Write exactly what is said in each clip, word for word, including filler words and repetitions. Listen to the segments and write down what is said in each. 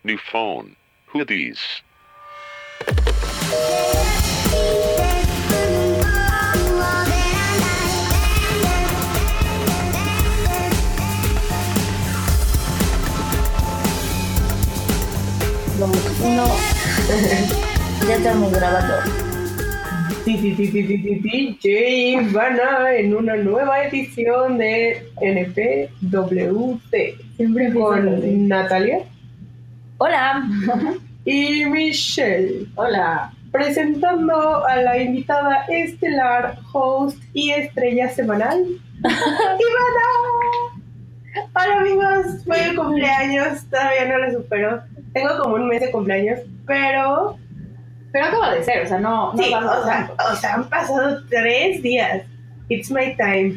New phone. Who these? Uno. Ya estamos grabando. Sí, sí, sí, sí, sí, sí, sí, Jay Ivana en una nueva edición de N P W T. Siempre con Natalia. Hola. Y Michelle. Hola. Presentando a la invitada estelar, host y estrella semanal, Ivana. Hola amigos, fue el cumpleaños, todavía no lo supero. Tengo como un mes de cumpleaños, pero... Pero acaba de ser, o sea, no... no sí, pasa o sea, o sea, han pasado tres días. It's my time.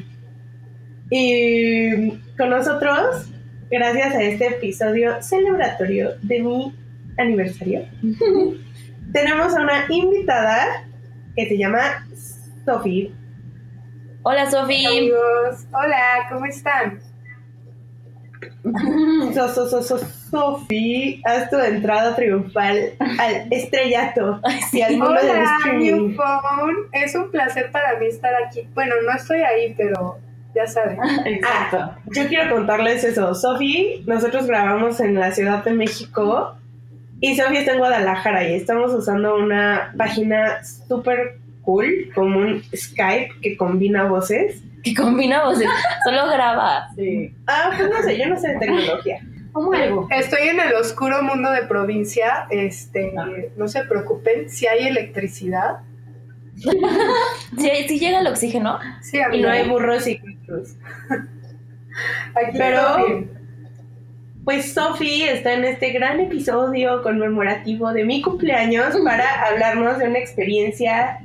Y con nosotros, gracias a este episodio celebratorio de mi aniversario, tenemos a una invitada que se llama Sofi. Hola, Sofi. Amigos, hola, ¿cómo están? So, so, so, so, Sofi, haz tu entrada triunfal al estrellato y al mundo del Hola, streaming. New Phone. Es un placer para mí estar aquí. Bueno, no estoy ahí, pero ya saben. Exacto. Ah, yo quiero contarles eso. Sofi, nosotros grabamos en la Ciudad de México y Sofi está en Guadalajara y estamos usando una página súper cool, como un Skype que combina voces. Que combina voces, solo graba. Sí. Ah, pues no sé, yo no sé de tecnología. ¿Cómo algo? Estoy en el oscuro mundo de provincia. Este, Ah. no se preocupen, si hay electricidad. Si sí llega el oxígeno. Sí, Y amigo. no hay burros y cuicos. Aquí Pero- todo bien. Pues Sofi está en este gran episodio conmemorativo de mi cumpleaños para hablarnos de una experiencia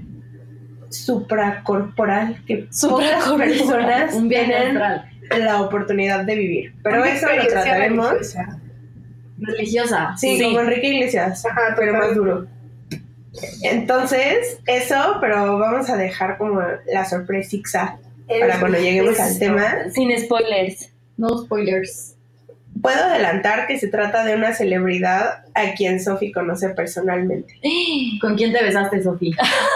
supracorporal que pocas Supracorporal. personas Un viaje tienen astral. la oportunidad de vivir. Pero Una eso lo experiencia trataremos. religiosa. Religiosa. Sí, Sí. como Enrique Iglesias, Ajá, pero más totalmente. duro. Entonces, eso, pero vamos a dejar como la sorpresixa para cuando lleguemos al tema. Sin spoilers. No spoilers. Puedo adelantar que se trata de una celebridad a quien Sofi conoce personalmente. ¿Con quién te besaste, Sofi?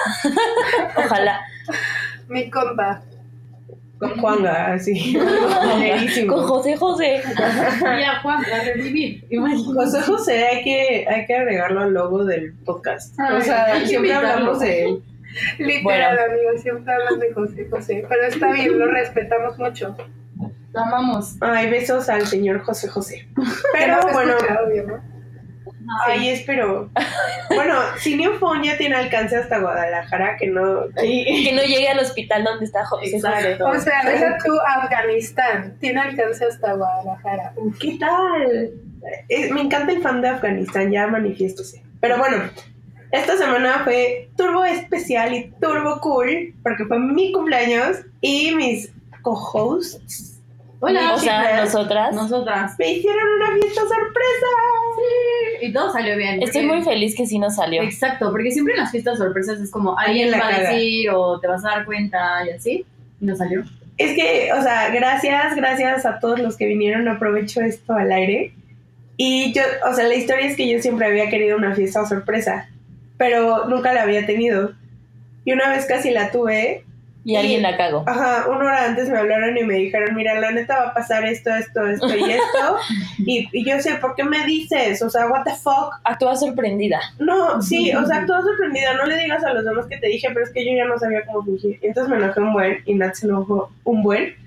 Ojalá. Mi compa. Con Juanga, así. Buenísimo. Con José José. Ya, Juan, a revivir. José José, hay que, hay que agregarlo al logo del podcast. Ay, o sea, hay que siempre invitarlo. hablamos de él. Literal, Bueno. amigos, siempre hablan de José José. Pero está bien, lo respetamos mucho. Lo amamos. Ay, besos al señor José José. Que Pero no se bueno, escucha audio, ¿no? ahí espero. Bueno, si New Phone ya tiene alcance hasta Guadalajara, que no. Que no llegue al hospital donde está José José. Exacto. O sea, deja tú Afganistán. Tiene alcance hasta Guadalajara. ¿Qué tal? Eh, me encanta el fan de Afganistán, ya manifiéstese. Pero bueno, esta semana fue turbo especial y turbo cool, porque fue mi cumpleaños y mis co-hosts Hola, O sea, chicas. nosotras. nosotras. me hicieron una fiesta sorpresa. Y todo salió bien. Estoy porque- muy feliz que sí nos salió. Exacto, porque siempre en las fiestas sorpresas es como Alguien alguien la va a caga. decir o te vas a dar cuenta y así. Y nos salió. Es que, o sea, gracias, gracias a todos los que vinieron, aprovecho esto al aire. Y yo, o sea, la historia es que yo siempre había querido una fiesta sorpresa, pero nunca la había tenido. Y una vez casi la tuve. Y alguien la cagó. Ajá, una hora antes me hablaron y me dijeron, mira, la neta va a pasar esto, esto, esto y esto. y, y yo sé, ¿por qué me dices? O sea, what the fuck. Actúa sorprendida. No, sí, o sea, actúa sorprendida, no le digas a los demás que te dije, pero es que yo ya no sabía cómo fingir. Entonces me enojé un buen y Nat se enojó un buen.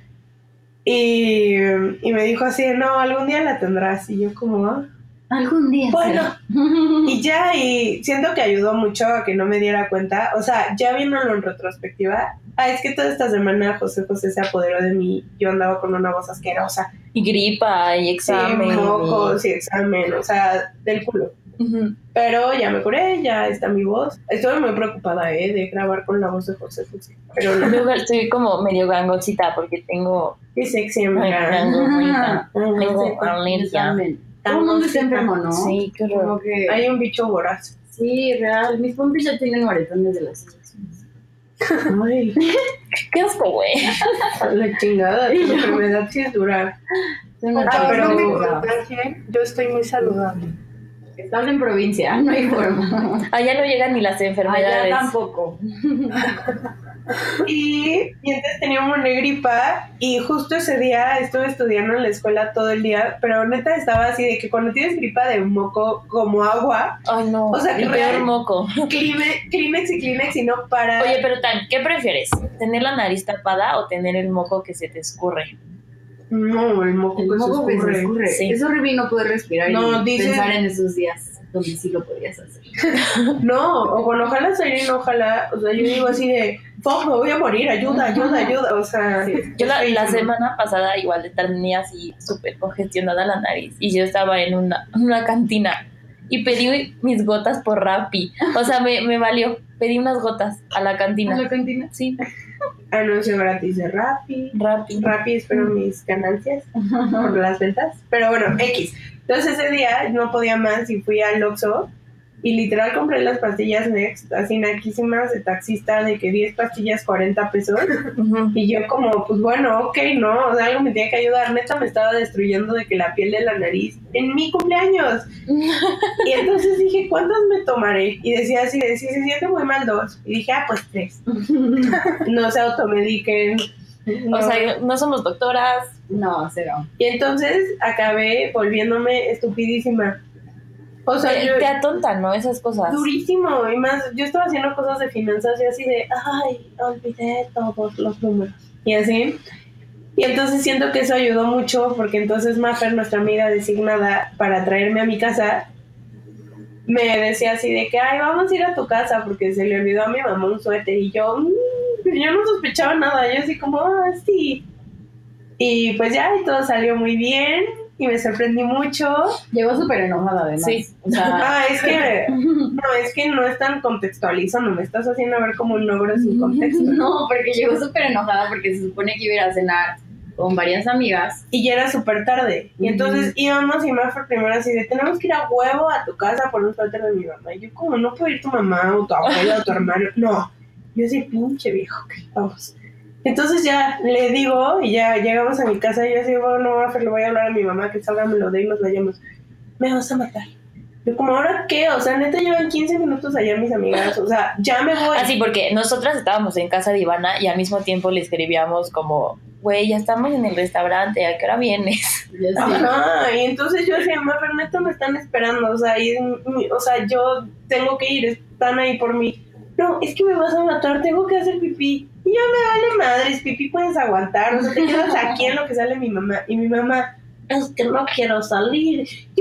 Y, y me dijo así, no, algún día la tendrás. Y yo como, ah, Algún día. bueno. será. Y ya, y siento que ayudó mucho a que no me diera cuenta. O sea, ya viéndolo en retrospectiva, ah, es que toda esta semana José José se apoderó de mí. Yo andaba con una voz asquerosa. Y gripa, y examen. Sí, y- mocos y examen, o sea, del culo. Ujú. Pero ya me curé, ya está mi voz. Estuve muy preocupada, ¿eh? De grabar con la voz de José José. Pero no, Yo estoy como medio gangosita porque tengo qué sexy, ay, amiga. gangosita. Ay, Tengo sí. Yo alergia. también. Todo el mundo está enfermo, ¿no? Sí, qué horror. Como que... Hay un bicho voraz. Sí, real. Mis pompis ya tienen moretones de las inyecciones. Ay, Qué asco, güey. a la chingada, tu enfermedad sí es dura. Tengo Ah, Aún pero- no me contagien, yo estoy muy saludable. Estás en provincia, no hay forma. Allá no llegan ni las enfermedades. Allá tampoco. Y, y entonces teníamos una gripa y justo ese día estuve estudiando en la escuela todo el día, pero neta estaba así de que cuando tienes gripa de moco como agua, Ay, no, o sea, que el real- peor moco. Kleenex, Kleenex y Kleenex y no para. Oye, pero Tan, ¿qué prefieres? ¿Tener la nariz tapada o tener el moco que se te escurre? No, el moco El que moco se que se escurre. escurre. Sí. Es horrible no poder respirar No, y dice- pensar en esos días donde sí lo podías hacer. No, o cuando ojalá aire y no ojalá, o sea, yo digo así de, fuck, me voy a morir, ayuda, ayuda, ayuda, o sea. Sí. Yo la, es la feísimo. semana pasada igual tenía así súper congestionada la nariz y yo estaba en una, una cantina y pedí mis gotas por Rappi. O sea, me, me valió. Pedí unas gotas a la cantina. ¿A la cantina? Sí, Anuncio gratis de Rappi. Rappi. Rappi, espero mis ganancias por las ventas. Pero bueno, X. Entonces ese día no podía más y fui al Oxxo y literal compré las pastillas Next, así naquísimas de taxista, de que diez pastillas, cuarenta pesos. Ujú. Y yo como, pues bueno, ok, no, o sea, algo me tiene que ayudar. Neta me estaba destruyendo de que la piel de la nariz en mi cumpleaños. Y entonces dije, ¿cuántas me tomaré? Y decía así, de, si se siente muy mal, dos. Y dije, ah, pues tres. No se automediquen. No. O sea, no somos doctoras. No, cero. Y entonces acabé volviéndome estupidísima. O sea, Te, yo... te atontan, ¿no? Esas cosas. Durísimo. Y más, yo estaba haciendo cosas de finanzas y así de, ay, olvidé todos los números. Y así. Y entonces siento que eso ayudó mucho porque entonces Mafer, nuestra amiga designada para traerme a mi casa, me decía así de que, ay, vamos a ir a tu casa porque se le olvidó a mi mamá un suéter. Y yo, mmm, pero yo no sospechaba nada. Yo así como, ah, sí. Y pues ya, y todo salió muy bien y me sorprendí mucho. Llegó súper enojada además. Sí. O sea, Ah, es que no, es que no están contextualizando, me estás haciendo ver como un logro sin contexto. no, porque llegó súper enojada porque se supone que iba a ir a cenar con varias amigas. Y ya era súper tarde. Y entonces íbamos y Mafer primero así de, tenemos que ir a huevo a tu casa por un suéter de mi mamá. Y yo como, no puede ir tu mamá o tu abuela o tu hermano. No. Yo así, pinche viejo, que vamos. Entonces ya le digo y ya llegamos a mi casa y yo así, bueno, Mafer, le voy a hablar a mi mamá que salga, me lo dé y nos vayamos. Me vas a matar. Yo como, ¿ahora qué? O sea, neta llevan quince minutos allá mis amigas. O sea, ya me voy. Así, porque nosotras estábamos en casa de Ivana y al mismo tiempo le escribíamos como, güey, ya estamos en el restaurante, ¿a qué hora vienes? Y así. Ajá, y entonces yo decía, ma, pero neta me están esperando, o sea, y, o sea, yo tengo que ir, están ahí por mí. No, es que me vas a matar, tengo que hacer pipí. Y yo, me vale madres, pipí puedes aguantar, o sea, te quedas aquí en lo que sale mi mamá. Y mi mamá, es que no quiero salir. Yo,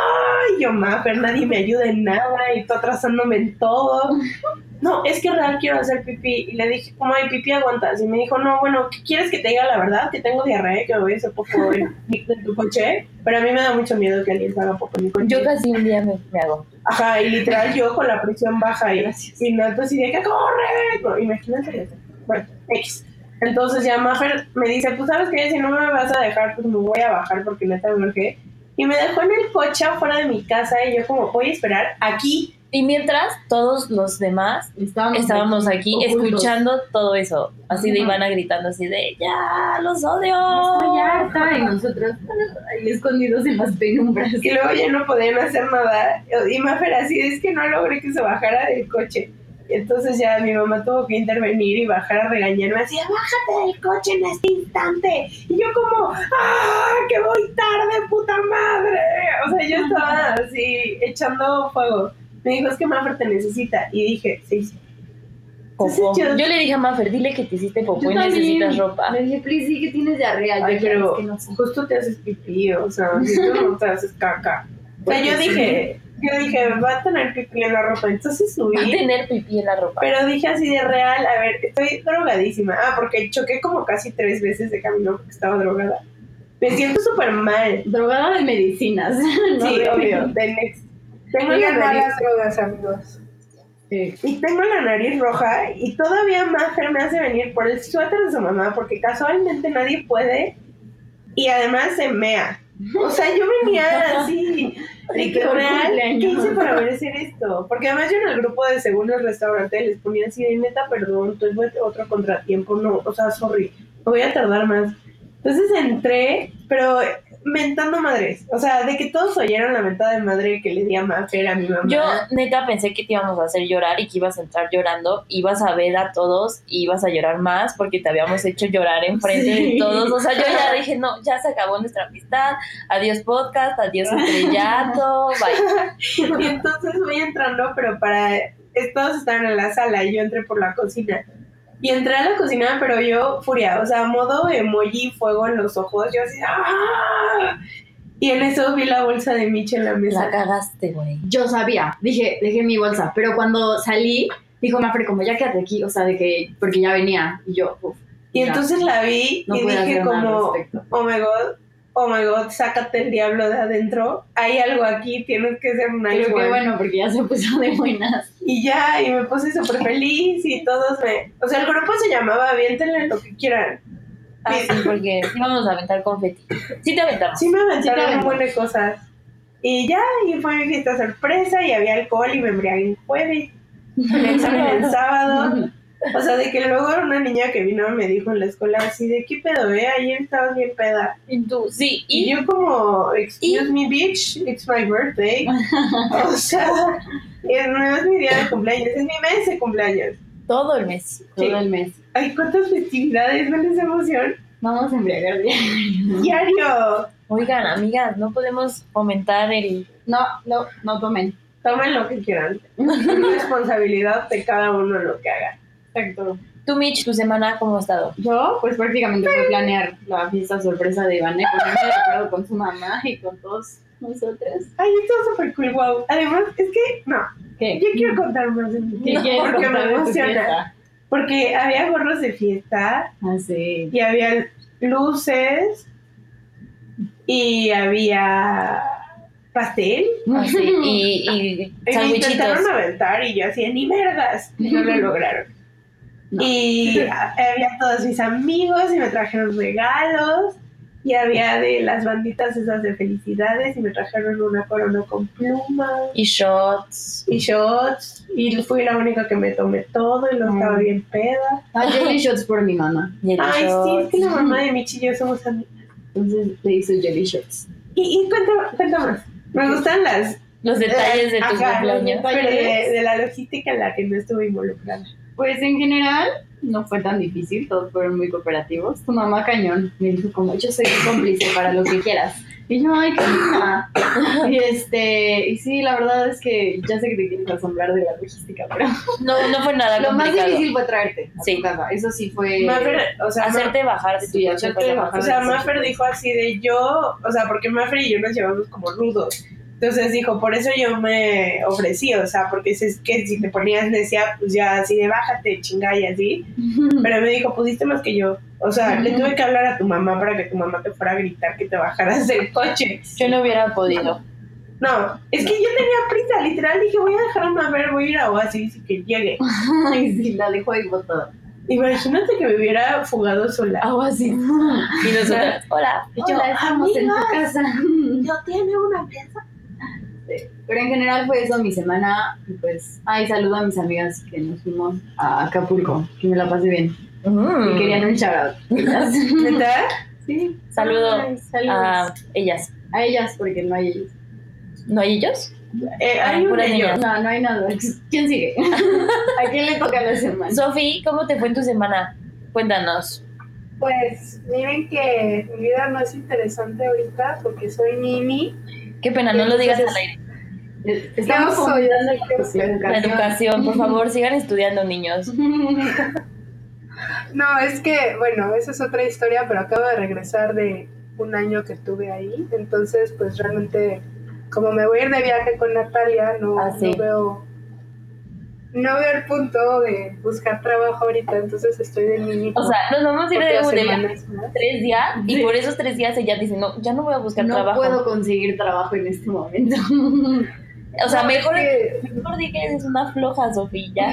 ay, yo, ma, pero nadie me ayuda en nada y tú atrasándome en todo. No, es que real quiero hacer pipí. Y le dije, ¿cómo hay pipí aguantas? Y me dijo, no, bueno, ¿qué quieres que te diga la verdad? Que tengo diarrea, que me voy a hacer poco en, en tu coche. Pero a mí me da mucho miedo que alguien se haga poco en mi coche. Yo casi un día me, me hago. Ajá, y literal yo con la presión baja y, y Nato así de que corre. No, imagínate eso. Bueno, X. Entonces ya Mafer me dice, pues sabes que si no me vas a dejar, pues me voy a bajar porque neta me urgé. Y me dejó en el coche afuera de mi casa y yo como voy a esperar aquí. Y mientras todos los demás Estábamos, estábamos aquí ocultos. escuchando todo eso, así de Ajá. Ivana gritando así de, ya, los odio. Estoy harta. Y nosotros ahí escondidos en las penumbras. Y luego ya no podían hacer nada. Y Mafer así, es que no logré que se bajara del coche. Y entonces ya mi mamá tuvo que intervenir y bajar a regañarme. Así, bájate del coche en este instante. Y yo como, ¡ah, que voy tarde, puta madre! O sea, yo estaba así, echando fuego. Me dijo, es que Mafer te necesita. Y dije, sí, sí. Popó. Entonces yo- Yo le dije a Mafer, dile que te hiciste popó Yo y también. necesitas ropa. Le dije, please, sí que tienes diarrea. Ay, Yo, pero es que no sé. justo te haces pipí, o sea, si tú no te haces caca. O sea, yo Porque dije, yo dije, va a tener pipí en la ropa. Entonces Va a subí. tener pipí en la ropa. Pero dije así de real, a ver, estoy drogadísima. Ah, porque choqué como casi tres veces de camino porque estaba drogada. Me siento súper mal. Drogada de medicinas. ¿no? Sí, De- obvio, de Next. Tengo la Digan nariz, malas drogas, amigos. Sí. y tengo la nariz roja y todavía Mafer me hace venir por el suéter de su mamá porque casualmente nadie puede y además se mea. O sea, yo venía así, de que Por real, cumpleaños. ¿qué hice para merecer esto? Porque además yo en el grupo de según el restaurante les ponía así, de neta, perdón, tuve otro contratiempo, no, o sea, sorry, me voy a tardar más. Entonces entré, pero mentando madres. O sea, de que todos oyeron la mentada de madre que le di a Mafer a mi mamá. Yo neta pensé que te íbamos a hacer llorar y que ibas a entrar llorando, ibas a ver a todos y ibas a llorar más porque te habíamos hecho llorar enfrente Sí. de todos. O sea, yo ya dije, no, ya se acabó nuestra amistad, adiós podcast, adiós estrellato, bye. Y entonces voy entrando, pero para... Todos estaban en la sala y yo entré por la cocina. Y entré a la cocina, pero yo furia, o sea, modo emoji, fuego en los ojos, yo así, ¡ah! Y en eso vi la bolsa de Mitch en la La mesa. cagaste, güey. Yo sabía, dije, dejé mi bolsa, pero cuando salí, dijo Mafre como, ya quédate aquí, o sea, de que, porque ya venía, y yo, uf, Y ya, entonces la vi no y pude dije hacer nada al como, respecto. oh my god, oh my god, sácate el diablo de adentro, hay algo aquí, tienes que ser un nice Pero qué one. bueno, porque ya se puso de buenas. Y ya, y me puse súper feliz y todos me... O sea, el grupo se llamaba Aviéntenle lo que quieran. Ah, sí, porque íbamos a aventar confeti. Sí te aventamos. Sí me aventaron Sí te un aventó. buen de cosas. Y ya, y fue mi fiesta sorpresa y había alcohol y me embriagué el jueves. El examen el sábado. O sea, de que luego una niña que vino me dijo en la escuela así de, ¿qué pedo, eh? Ayer estabas bien peda. Y tú, sí, Y y yo como, excuse me, bitch, it's my birthday. O sea, es- no es mi día de cumpleaños, es mi mes de cumpleaños. todo el mes. Todo Sí. el mes. Ay, ¿cuántas festividades? ¿No les da emoción? Vamos a embriagar diario. Diario. Oigan, amigas, no podemos fomentar el... No, no, no tomen. Tomen lo que quieran. Es responsabilidad de cada uno lo que haga. Exacto. Tú, Mitch, tu semana, ¿cómo ha estado? Yo, pues prácticamente fue planear la fiesta sorpresa de Ivane, ponerme de acuerdo con su mamá y con todos nosotros. Ay, esto es súper cool, wow. Además, es que, no, ¿Qué? yo quiero contar más de mi ¿Qué fiesta, quieres porque me contar de tu emociona. fiesta? Porque había gorros de fiesta Ah, sí. y había luces y había pastel. Así, y, y Y me sandwichitos. intentaron aventar y yo hacía ni vergas. Y no lo lograron. No. Y a- había todos mis amigos y me trajeron regalos. Y había de las banditas esas de felicidades y me trajeron una corona con plumas Y shots. y shots. Y fui la única que me tomé todo y no estaba Mm. bien peda. Ah, jelly shots por mi mamá. Y el Ay, sí, es shot. que la mamá de Michi y yo somos amigas. Entonces le hizo jelly shots. Y, y cuenta, cuenta más. Me gustan las... Los detalles de tu Ajá, cumpleaños. pero de, de la logística en la que no estuve involucrada. Pues en general no fue tan difícil, todos fueron muy cooperativos. Tu mamá cañón me dijo como, yo soy tu cómplice para lo que quieras. Y yo, ay, qué linda. Y este, y sí, la verdad es que ya sé que te quieres asombrar de la logística, pero No, no fue nada lo más complicado. difícil fue traerte a Sí. tu casa. Eso sí fue... Mafer, o sea, Hacerte bajar de tu Sí, coche hacerte fue lo más bajar. O sea, Maffer dijo así de yo, o sea, porque Maffer y yo nos llevamos como rudos. Entonces dijo, por eso yo me ofrecí, o sea, porque es que si te ponías necia, pues ya así de bájate, chinga y así. Pero me dijo, pudiste más que yo. O sea, le tuve que hablar a tu mamá para que tu mamá te fuera a gritar que te bajaras del coche. Yo no hubiera podido. No, es que yo tenía prisa, literal, dije, voy a dejar a Maffer, voy a ir a Oasis y que llegue. Ay, sí, la dejó ahí botada. Imagínate que me hubiera fugado sola. Algo así. Y nosotras, hola. Y yo, Hola, estamos en tu "Amigas, casa. ¿yo tiene una pieza? Pero en general fue eso mi semana. Y pues, ay, saludo a mis amigas que nos fuimos a Acapulco, que me la pasé bien. Mm. Y querían un shout out. Ellas. ¿Neta? Sí. Saludo Ay, saludos. a ellas. A ellas, porque no hay ellos. ¿No hay ellos? Eh, Ah, hay un pura de niña. ellos. No, no hay nada. ¿Quién sigue? ¿A quién le toca la semana? Sofi, ¿cómo te fue en tu semana? Cuéntanos. Pues miren que mi vida no es interesante ahorita porque soy nini. Qué pena, no lo digas al aire. Estamos Yo soy fomentando la la educación. La educación, por favor, sigan estudiando, niños. No, es que, bueno, esa es otra historia, pero acabo de regresar de un año que estuve ahí. Entonces, pues realmente, como me voy a ir de viaje con Natalia, no, Ah, sí. no veo no veo el punto de buscar trabajo ahorita. Entonces estoy de mini. O sea, nos vamos a ir de, otras de viaje semanas más. tres días y Sí. por esos tres días ella dice, no, ya no voy a buscar No trabajo. puedo conseguir trabajo en este momento. O sea, No, mejor, es que- mejor di que eres una floja, Sofi, ya.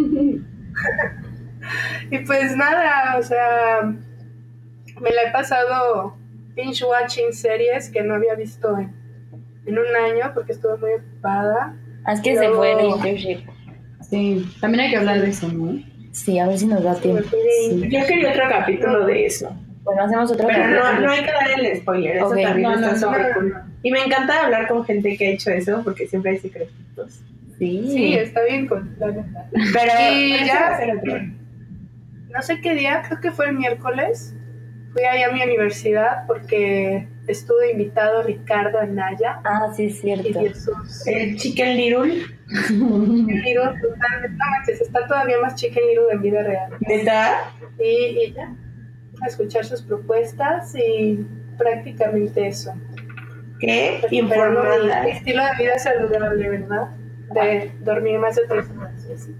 Y pues nada, o sea, me la he pasado binge watching series que no había visto en, en un año porque estuve muy ocupada. Ah, es que se Luego- fue de internship. Sí, también hay que hablar de eso, ¿no? Sí, a ver si nos da Me tiempo. fui de Sí. Yo quería otro capítulo de eso. Bueno, hacemos otro Pero no, capítulo. no hay que dar el spoiler, eso Ok, también no, está no, súper no, cool. no. Y me encanta hablar con gente que ha hecho eso porque siempre hay secretitos. Sí. Sí, está bien con la neta. Pero Y ese ya- va a ser otro. No sé qué día, creo que fue el miércoles. Fui allá a mi universidad porque estuvo invitado Ricardo Anaya Ah, sí, es y cierto. dio sus El Chicken Little, Chicken Little, totalmente, no manches, está todavía más Chicken Little en vida real. neta. Y, y ya, a escuchar sus propuestas y prácticamente eso. Qué Recuperando mi informada. estilo de vida saludable, ¿verdad? De dormir más de tres horas. y así.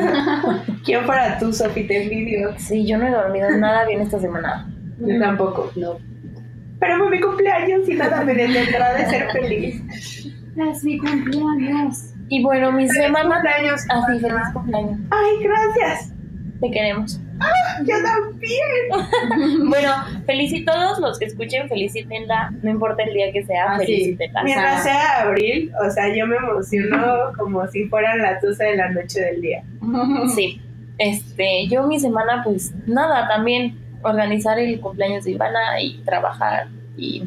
¿Quién fuera tú, Sofi? Te envidio. Sí, yo no he dormido nada bien esta semana. Yo tampoco. No. Pero fue mi cumpleaños y nada me detendrá de ser feliz. Es mi cumpleaños. Y bueno, mi Feliz semana... cumpleaños. Así, feliz cumpleaños. Ay, gracias. Te queremos. Yo también. Bueno, felicito a todos los que escuchen, felicítenla. No importa el día que sea, Ah, sí. felicítenla. Mientras sea abril, o sea, yo me emociono como si fueran las doce de la noche del día. Sí. Este, yo mi semana, pues nada, también organizar el cumpleaños de Ivana y trabajar y,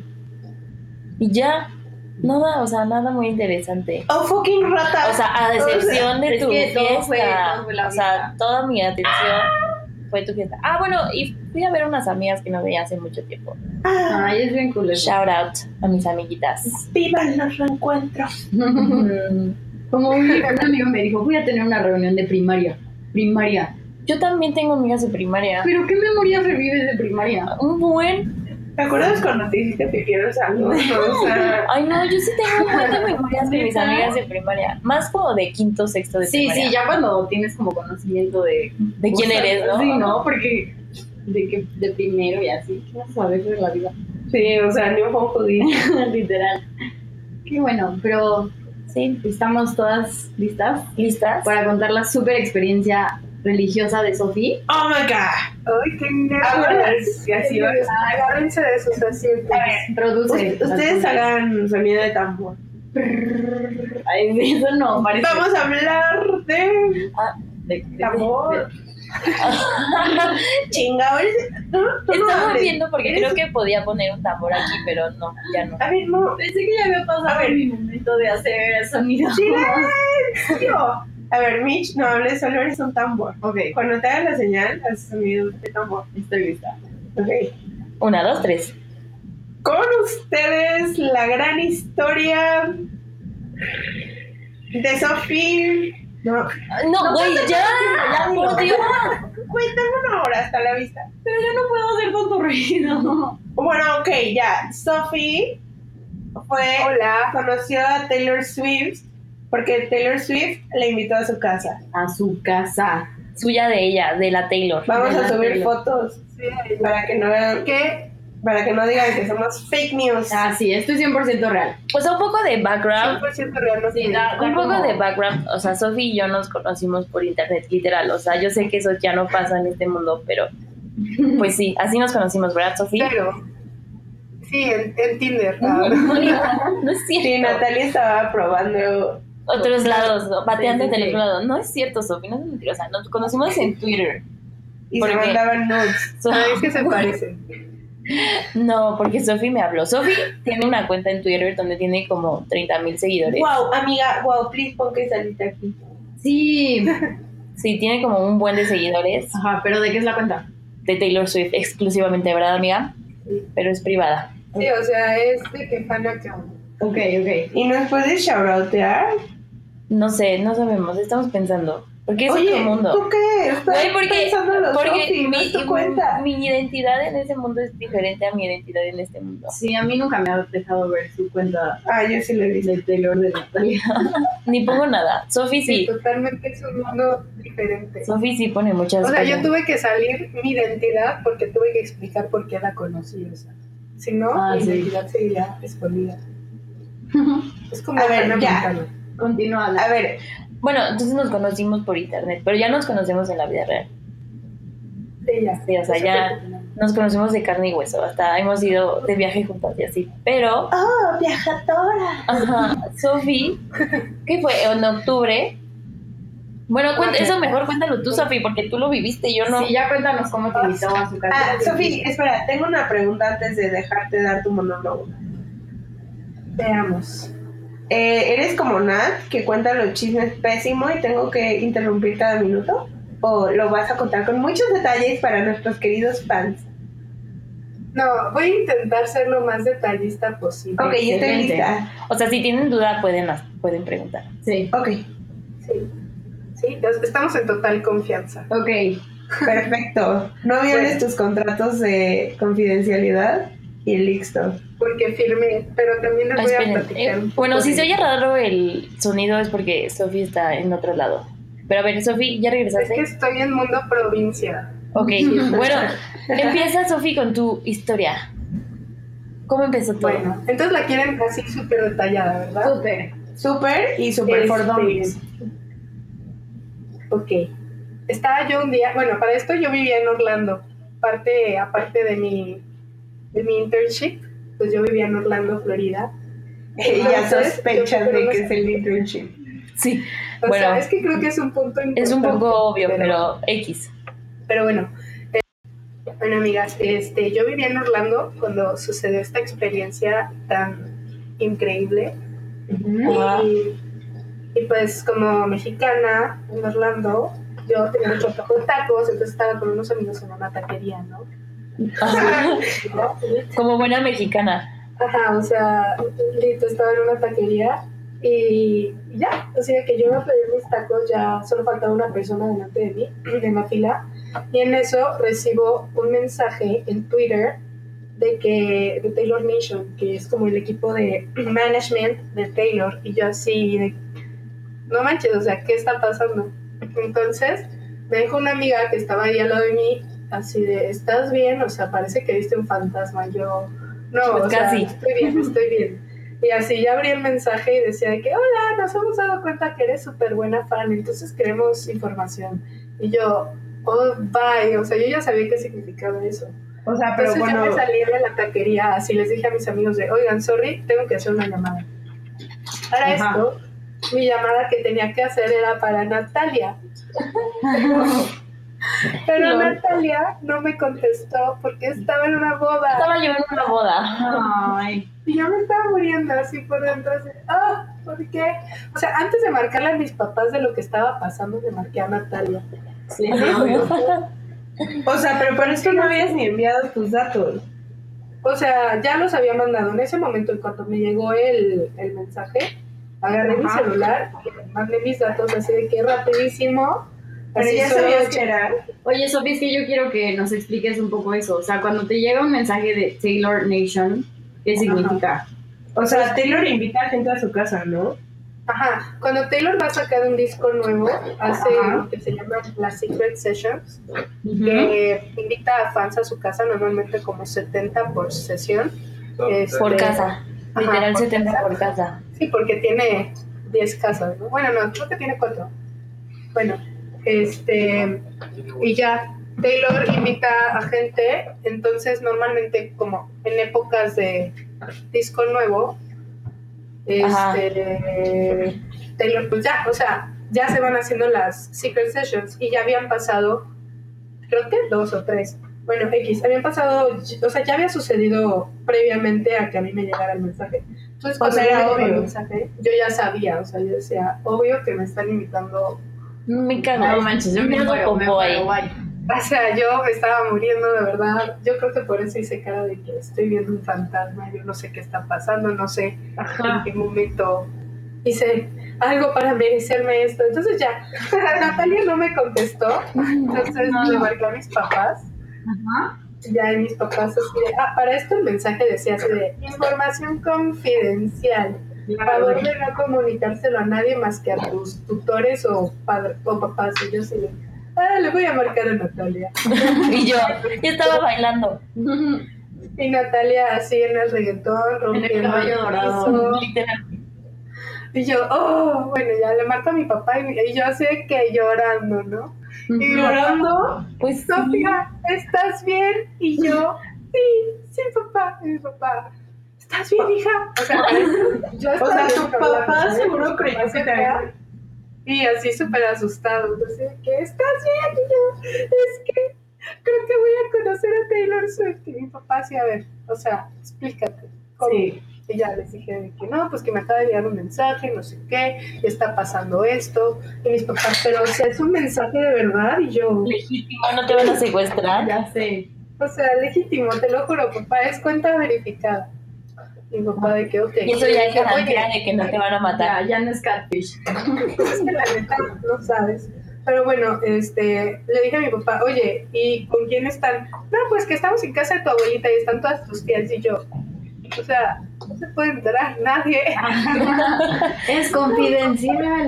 y ya. Nada, o sea, nada muy interesante. Oh, fucking rata. O sea, a excepción de es tu que todo fiesta. fue- todo fue la o sea, fiesta. toda mi atención fue tu fiesta. Ah, bueno, y fui a ver unas amigas que no veía hace mucho tiempo. Ah, Ay, es bien cool. Shout out a mis amiguitas. vivan los reencuentros. Mm, Como un, un amigo me dijo, voy a tener una reunión de primaria. Primaria. Yo también tengo amigas de primaria. ¿Pero qué memorias revives de primaria? Un buen. ¿Te acuerdas cuando te hiciste pipí en los salón? O sea, Ay, no, yo sí tengo un buen de memorias de mis ¿Neta? amigas de primaria. Más como de quinto, sexto de Sí, primaria. sí, ya cuando tienes como conocimiento de... De quién cosas, eres, ¿no? Sí, ¿no? Porque de que de primero y así, ¿qué vas a saber de la vida? sí, o sea, ni un poco judío. Literal. Qué bueno, pero Sí. estamos todas listas ¿Listas? para contar la super experiencia religiosa de Sofía. Oh my god. Ay, qué nervios. Vámonos. Y así va. Agárrense de sus asientos. A ver, Introduce. u- ustedes hagan sonido de tambor. Ay, eso no, parece. Vamos a hablar de Ah, de, de- tambor. Chingadores. No, no, no estaba hables. viendo porque Eres- creo que podía poner un tambor aquí, pero no, ya no. A ver, no. Pensé que ya había pasado A ver. mi momento de hacer sonido. ¡Silencio! A ver, Mitch, no hables, solo eres un tambor. Ok, Cuando te haga la señal, haces sonido de tambor. estoy lista. Ok. Una, dos, tres. Con ustedes la gran historia de Sofía. No, No, güey, ya, por Dios. cuéntame una hora hasta la vista. Pero yo no puedo hacer tanto ruido. Bueno, ok, ya. Sophie fue, Hola. conoció a Taylor Swift porque Taylor Swift le invitó a su casa. A su casa. Suya de ella, de la Taylor. Vamos De a la subir Taylor. fotos Sí, para que no vean, ¿qué? para que no digan que somos fake news. Ah, sí, esto es cien por ciento real. Pues un poco de background. cien por ciento real, no Sí, sé. da- Un poco como- de background, o sea, Sofi y yo nos conocimos por internet, literal, o sea, yo sé que eso ya no pasa en este mundo, pero pues sí, así nos conocimos, ¿verdad, Sofi? Pero, sí, en, en Tinder. ah. No es cierto. Sí, Natalia estaba probando. Otros lados, ¿no? bateando Sí, sí, del sí. otro lado. No es cierto, Sofi, no es mentira, o sea, nos conocimos en Twitter. Y ¿Por se qué? mandaban nudes. So- Ah, es que se parecen. no, porque Sofi me habló. Sofi tiene una cuenta en Twitter donde tiene como treinta mil seguidores. Wow, amiga, wow, please pon que saliste aquí. Sí. Sí, tiene como un buen de seguidores Ajá, pero ¿de qué es la cuenta? de Taylor Swift exclusivamente, ¿verdad, amiga? Pero es privada. Sí, o sea, es de que fan account. Ok, ok. ¿Y nos puedes shoutoutear? No sé, no sabemos, estamos pensando. Porque es Oye, otro mundo. ¿tú qué? Estás Güey, porque, pensando los porque Sophie, no mi, es tu cuenta. mi identidad en ese mundo es diferente a mi identidad en este mundo. Sí, a mí nunca me ha dejado ver su cuenta Ah, yo sí lo he visto. de Taylor de Natalia. Ni pongo nada. Sofi Sí, sí. totalmente es un mundo diferente. Sofi sí pone muchas O sea, yo cosas. tuve que salir mi identidad porque tuve que explicar por qué la conocí. O sea, si no, Ah, mi sí. identidad seguiría escondida. Es como A ver, Hannah ya. Montana. Continúa. A ver, Bueno, entonces nos conocimos por internet, pero ya nos conocemos en la vida real. Sí, ya. Sí, o sea, Eso ya fue- nos conocimos de carne y hueso. Hasta hemos ido de viaje juntas y así. Pero, oh, viajadora. ajá, Sofi, ¿qué fue? En octubre Bueno, cuenta, eso mejor cuéntalo tú, Sofi, porque tú lo viviste, yo no. Sí, ya cuéntanos cómo te invitó a su casa. Ah, Sofi, espera, tengo una pregunta antes de dejarte dar tu monólogo. Veamos. Eh, ¿Eres como Nat, que cuenta los chismes pésimo y tengo que interrumpir cada minuto? ¿O lo vas a contar con muchos detalles para nuestros queridos fans? No, voy a intentar ser lo más detallista posible. Ok, ya estoy Excelente. lista. O sea, si tienen duda, pueden, pueden preguntar. Sí. Ok, Sí, sí, estamos en total confianza. Ok. perfecto. No violes tus contratos de confidencialidad y listo. Porque firmé, pero también les Ah, voy a esperen. platicar. Eh, un poco bueno, si de- se oye raro el sonido es porque Sofi está en otro lado. Pero a ver, Sofi, ¿ya Es que regresaste? estoy en mundo provincia. Ok, bueno, empieza Sofi con tu historia. ¿Cómo empezó todo? Bueno, entonces la quieren así súper detallada, ¿verdad? Súper. Súper y súper for Este, dummies. Ok. Estaba yo un día, bueno, para esto yo vivía en Orlando. Parte, aparte de mi, de mi internship, pues yo vivía en Orlando, Florida. Ella Entonces, sospecha yo fui con de unos que es el amigos. internship. Sí, O bueno, sea, es que creo que es un punto importante. es un poco obvio, pero X. Pero bueno, eh, bueno, amigas, este, yo vivía en Orlando cuando sucedió esta experiencia tan increíble. Ajá. Y, y pues como mexicana en Orlando, yo tenía mucho antojo de tacos, entonces estaba con unos amigos en una taquería, ¿no? Ajá. Como buena mexicana. Ajá, o sea, Lito estaba en una taquería y y ya, o sea que yo iba a pedir mis tacos, ya solo faltaba una persona delante de mí, en la fila, y en eso recibo un mensaje en Twitter de que de Taylor Nation, que es como el equipo de management de Taylor, y yo así de, no manches, o sea, ¿qué está pasando? Entonces me dijo una amiga que estaba ahí al lado de mí, así de, ¿estás bien? O sea, parece que viste un fantasma. Yo, no, Pues o sea, casi. estoy bien, estoy bien. Y así ya abrí el mensaje y decía de que, hola, nos hemos dado cuenta que eres súper buena fan, entonces queremos información. Y yo, oh, bye, o sea, yo ya sabía qué significaba eso. O sea, pero Entonces bueno, yo me salí de la taquería, así les dije a mis amigos de, oigan, sorry, tengo que hacer una llamada. Para Ajá. esto, mi llamada que tenía que hacer era para Natalia. Pero Lol. Natalia no me contestó porque estaba en una boda. Estaba yo en una boda. Ay. Y yo me estaba muriendo así por dentro. Así, ah, ¿por qué? O sea, antes de marcarle a mis papás de lo que estaba pasando, le marqué a Natalia. Sí, o sea, pero por eso no habías ni enviado tus datos. O sea, ya los había mandado. En ese momento, en cuanto me llegó el, el mensaje, agarré mi Ajá. celular y mandé mis datos así de que rapidísimo. Pero así ya solo- sabías que era. Oye, Sofi, es que yo quiero que nos expliques un poco eso. O sea, cuando te llega un mensaje de Taylor Nation, ¿qué significa? O sea, Taylor invita a gente a su casa, ¿no? Ajá, cuando Taylor va a sacar un disco nuevo, hace Ajá. lo que se llama las Secret Sessions, Ujú. que invita a fans a su casa, normalmente como setenta por sesión. Este, Por casa. Ajá, Literal por setenta casa. por casa. Sí, porque tiene diez casas, ¿no? Bueno, no, creo que tiene cuatro. Bueno, este, y ya, Taylor invita a gente, entonces normalmente como en épocas de disco nuevo, Ajá. este, Taylor, pues ya, o sea, ya se van haciendo las Secret Sessions y ya habían pasado, creo que dos o tres. Bueno, X, habían pasado, o sea, ya había sucedido previamente a que a mí me llegara el mensaje. Entonces, cuando sea, me era llegó el obvio. mensaje, yo ya sabía, o sea, yo decía, obvio que me están invitando. Me cago. No manches, yo me hago muero, me popó ahí. muero, bye. O sea, yo me estaba muriendo de verdad. Yo creo que por eso hice cara de que estoy viendo un fantasma. Yo no sé qué está pasando, no sé en qué momento hice algo para merecerme esto. Entonces ya, Natalia no me contestó. Entonces le marqué a mis papás. Ajá. Ya y mis papás así de, ah, para esto el mensaje decía así de información confidencial. Favor de no comunicárselo a nadie más que a tus tutores o, padre, o papás. Y yo así de, ah, le voy a marcar a Natalia. Y yo, yo estaba bailando. Y Natalia así en el reggaetón, rompiendo caballo el dorado. piso. Literal. Y yo, oh, bueno, ya le marco a mi papá y, y yo así de que llorando, ¿no? Y llorando, Pues sí. Sofía, ¿estás bien? Y yo, sí, sí, papá. Y mi papá, ¿estás bien, hija? O sea, yo O estaba sea, tu llorando, papá ¿sabes? seguro Mi creyó papá que se te fue a- había... Y así súper asustado. Así, ¿qué estás bien? Y yo, es que creo que voy a conocer a Taylor Swift. Y mi papá así, a ver, o sea, explícate. ¿Cómo? Sí. Y ya les dije de que no, pues que me acaba de llegar un mensaje, no sé qué, y está pasando esto. Y mis papás, pero o sea, es un mensaje de verdad. Y yo, Legítimo, no te van a secuestrar. Ya sé. o sea, legítimo, te lo juro, papá, es cuenta verificada. Y mi papá de que, ok. Y eso ya es dije, garantía oye, de que no te van a matar. Ya, ya no es catfish. es que la neta no sabes. Pero bueno, este, le dije a mi papá, oye, ¿y con quién están? No, pues que estamos en casa de tu abuelita y están todas tus tías. Y yo, o sea, no se puede enterar nadie. Es confidencial.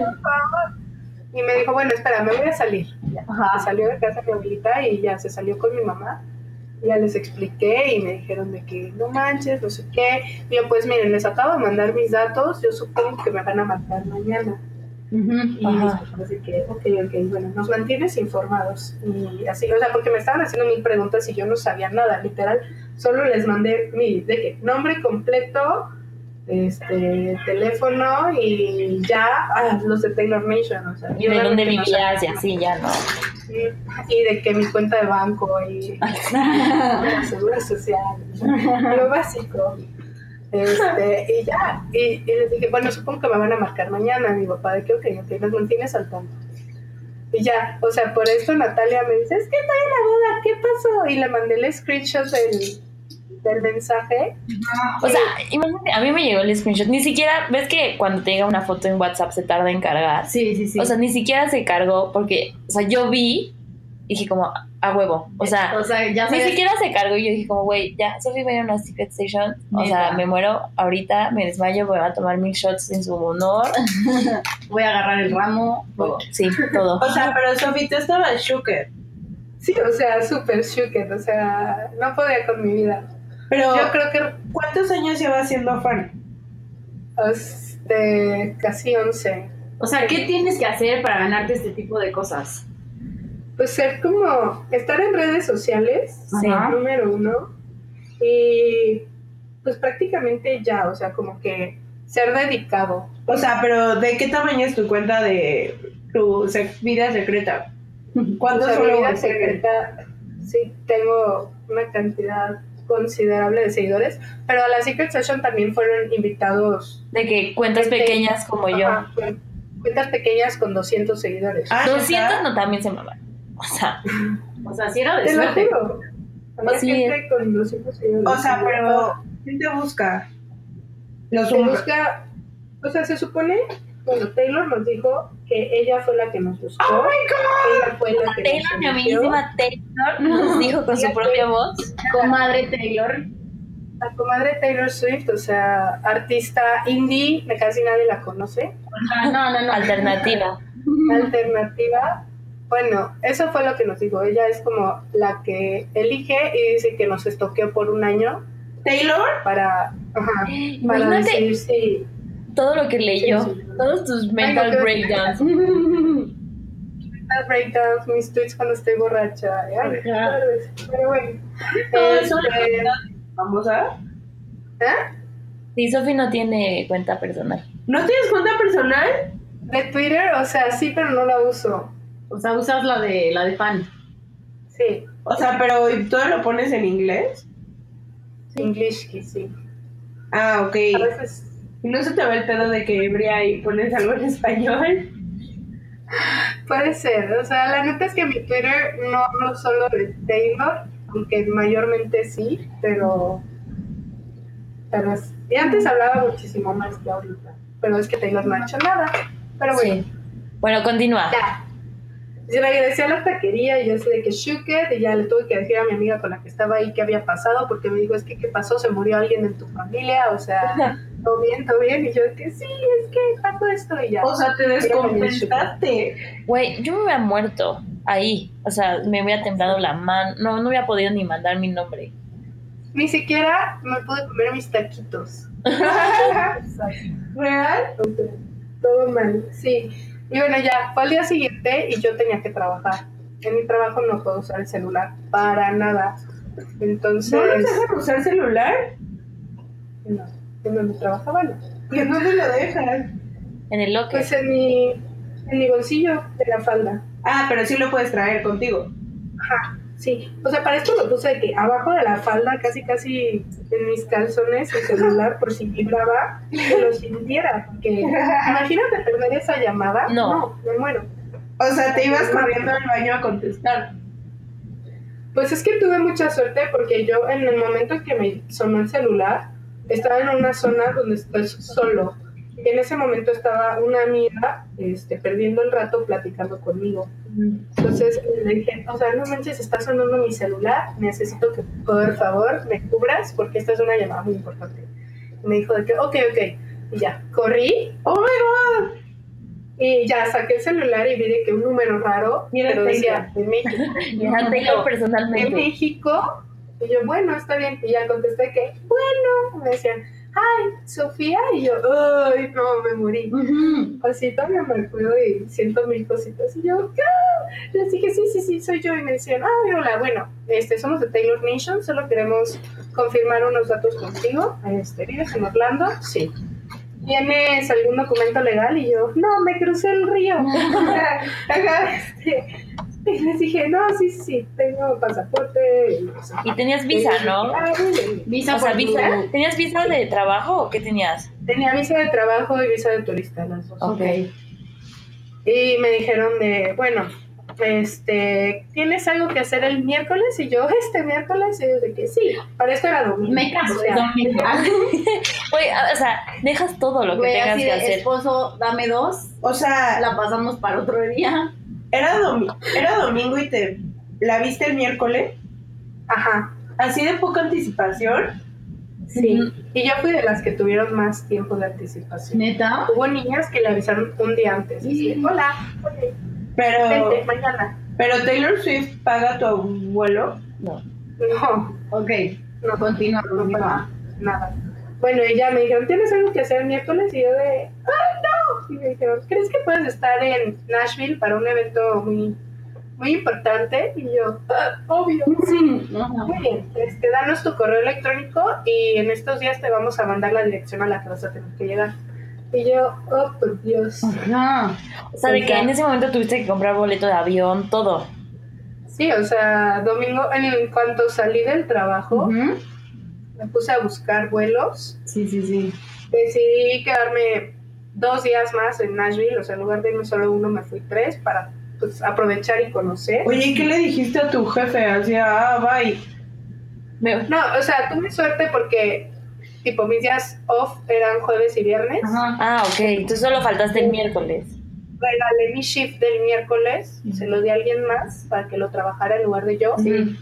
Y me dijo, bueno, espera, me voy a salir. Se Ajá. salió de casa de mi abuelita y ya se salió con mi mamá. Ya les expliqué y me dijeron de que no manches, no sé qué. Y yo, pues miren, les acabo de mandar mis datos, yo supongo que me van a matar mañana. Ujú. Y mis papás así que, ok, ok, bueno, nos mantienes informados. Y así, o sea, porque me estaban haciendo mil preguntas y yo no sabía nada, literal. Solo les mandé mi, de que, nombre completo, este, teléfono y ya, ah, los de Taylor Nation, o sea. Y de dónde realmente no sabía. vivías y así, ya no. Y de que mi cuenta de banco y la seguridad social, lo básico. Este, y ya, y, y les dije, bueno, supongo que me van a marcar mañana. Mi papá de que, ok, ok, nos mantienes al tanto. Y ya, o sea, por esto Natalia me dice, es que estoy en la boda, ¿qué pasó? Y le mandé el screenshot del, del mensaje. O sea, imagínate, a mí me llegó el screenshot. Ni siquiera, ¿ves que cuando te llega una foto en WhatsApp se tarda en cargar? Sí, sí, sí. O sea, ni siquiera se cargó porque, o sea, yo vi y dije como, a huevo. O sea, o sea, ya ni sabes. siquiera se cargó y yo dije como, güey, ya, Sophie va a ir a una Secret Station. O Neta. sea, me muero ahorita, me desmayo, voy a tomar mil shots en su honor. Voy a agarrar el ramo. Todo. Sí, todo. O sea, pero Sophie, tú estabas shooked. Sí, o sea, súper shooked, o sea, no podía con mi vida. Pero, Yo creo que ¿cuántos años llevas siendo fan? este, casi once. O sea, ¿qué tienes que hacer para ganarte este tipo de cosas? Pues ser como, estar en redes sociales, Sí. número uno, y pues prácticamente ya, o sea, como que ser dedicado. O sea, pero ¿de qué tamaño es tu cuenta de tu sec- vida secreta? O ¿Cuántos sea, mi vida followers tienes? secreta, sí tengo una cantidad considerable de seguidores, pero a la Secret Session también fueron invitados. De que cuentas gente- pequeñas como yo. Ajá, cuen- cuentas pequeñas con doscientos seguidores. Ah, doscientos ¿neta? no, también se me va. O sea, O sea, si era de Te lo suerte. juro. Había Sí. gente con doscientos seguidores. O sea, pero ¿quién te busca? Los Se humanos. busca, o sea, se supone, bueno, Taylor nos dijo que ella fue la que nos buscó. ¡Oh, my Ella fue la que Taylor, nos mi eligió. amiguísima Taylor, nos dijo con su propia voz. Comadre Taylor. La comadre Taylor Swift, o sea, artista indie, casi nadie la conoce. Ah, no, no, no. Alternativa. Alternativa. Bueno, eso fue lo que nos dijo. Ella es como la que elige y dice que nos estoqueó por un año ¿Taylor? para, ajá, para Imagínate decir si... todo lo que leyó, Sí, sí. todos tus mental Ay, no, breakdowns. breakdowns, mis tweets cuando estoy borracha. Ay, Ajá. claro, pero bueno. Todo eso Este, famosa. ¿eh? Sí, Sophie no tiene cuenta personal. ¿No tienes cuenta personal? De Twitter, o sea, sí, pero no la uso. O sea, usas la de la de fan. Sí, O sea, pero ¿todo lo pones en inglés? English, sí. Ah, ok. A veces, ¿Y no se te va el pedo de que ebria y pones algo en español? puede ser. O sea, la neta es que mi Twitter no hablo solo de Taylor, aunque mayormente sí, pero... pero es- y antes hablaba muchísimo más que ahorita. Pero es que Taylor no ha hecho nada. Pero bueno, Sí. Bueno, continúa. ya. Yo regresé a la taquería y yo sé de que shooked y ya le tuve que decir a mi amiga con la que estaba ahí qué había pasado, porque me dijo, es que ¿qué pasó? ¿Se murió alguien en tu familia? O sea, ¿todo bien? ¿Todo bien? Y yo, que sí, es que pasó esto y ya. O sea, te descompensaste. Güey, yo me hubiera muerto ahí. O sea, me hubiera temblado la mano. No, no hubiera podido ni mandar mi nombre. Ni siquiera me pude comer mis taquitos. ¿Real? O sea, todo mal, sí. Y bueno, ya, fue al día siguiente y yo tenía que trabajar. En mi trabajo no puedo usar el celular para nada. Entonces, ¿No nos dejan usar celular? no, en donde trabajaba no. ¿Y en dónde lo dejan? En el locker. Pues en mi, En mi bolsillo de la falda. Ah, pero sí lo puedes traer contigo. Ajá, sí. O sea, para esto lo puse de que abajo de la falda, casi casi en mis calzones, el celular, por si vibraba, que lo sintiera. Porque imagínate perder esa llamada. No. No, me muero. O sea, te ibas corriendo al baño a contestar. Pues es que tuve mucha suerte porque yo en el momento en que me sonó el celular, estaba en una zona donde estoy solo. Y en ese momento estaba una amiga este, perdiendo el rato platicando conmigo. Entonces le dije, o sea, no manches, está sonando mi celular, necesito que por favor me cubras porque esta es una llamada muy importante. Y me dijo de que, ok, ok. Y ya, corrí. ¡Oh, my God! Y ya saqué el celular y vi de que un número raro, Mira, pero Taylor. decía, de México. Y era Taylor de personalmente. México. Y yo, bueno, está bien. Y ya contesté que, bueno. Me decían, ay, Sofía. Y yo, ay, no, me morí. Ujú. Así todavía me acuerdo y siento mil cositas. Y yo, ¿qué? Les dije, sí, sí, sí, soy yo. Y me decían, ay, hola, bueno, este, somos de Taylor Nation. Solo queremos confirmar unos datos contigo. Este, ¿vives en Orlando? Sí. ¿Tienes algún documento legal? Y yo, no, me crucé el río. Ajá, este, y les dije, no, sí, sí, sí, tengo pasaporte. Y, no sé. Y tenías visa, ¿no? Ah, muy bien. Visa O sea, por tu- visa. ¿Tenías visa de trabajo o qué tenías? Tenía visa de trabajo y visa de turista, las dos. Ok. Y me dijeron de, bueno, este, ¿tienes algo que hacer el miércoles? Y yo, este miércoles, y ellos de que sí, para esto era domingo. Me caso, O sea, domingo. Güey, o sea, dejas todo lo que Güey, tengas así que de, hacer. esposo, dame dos, O sea, la pasamos para otro día. era, domi- era domingo y te la viste el miércoles. Ajá, Así de poca anticipación. sí. Ujú. Y yo fui de las que tuvieron más tiempo de anticipación. ¿Neta? Hubo niñas que le avisaron un día antes. Así de, hola, oye, Pero, vente, mañana. pero Taylor Swift paga tu vuelo. No. No, Ok, no, continúa, no continúa. para nada. Bueno, y ya me dijeron, ¿tienes algo que hacer el miércoles? Y yo de, ¡ay, no! Y me dijeron, ¿crees que puedes estar en Nashville para un evento muy, muy importante? Y yo, "Ah, obvio, sí. Ajá. Muy bien, este, danos tu correo electrónico y en estos días te vamos a mandar la dirección a la que vas a tener que llegar. Y yo, oh, por Dios. Ajá. O sea, de que en ese momento tuviste que comprar boleto de avión, todo. Sí, o sea, domingo, en cuanto salí del trabajo, Ujú. me puse a buscar vuelos. Sí, sí, sí. Decidí quedarme dos días más en Nashville, o sea, en lugar de irme solo uno, me fui tres para pues, aprovechar y conocer. Oye, ¿qué le dijiste a tu jefe? Hacía, ah, bye. Me- No, o sea, tuve suerte porque, tipo, mis días off eran jueves y viernes. Ajá. Ah, ok. Entonces solo faltaste el miércoles. Regalé mi shift del miércoles, se lo di a alguien más para que lo trabajara en lugar de yo. Sí.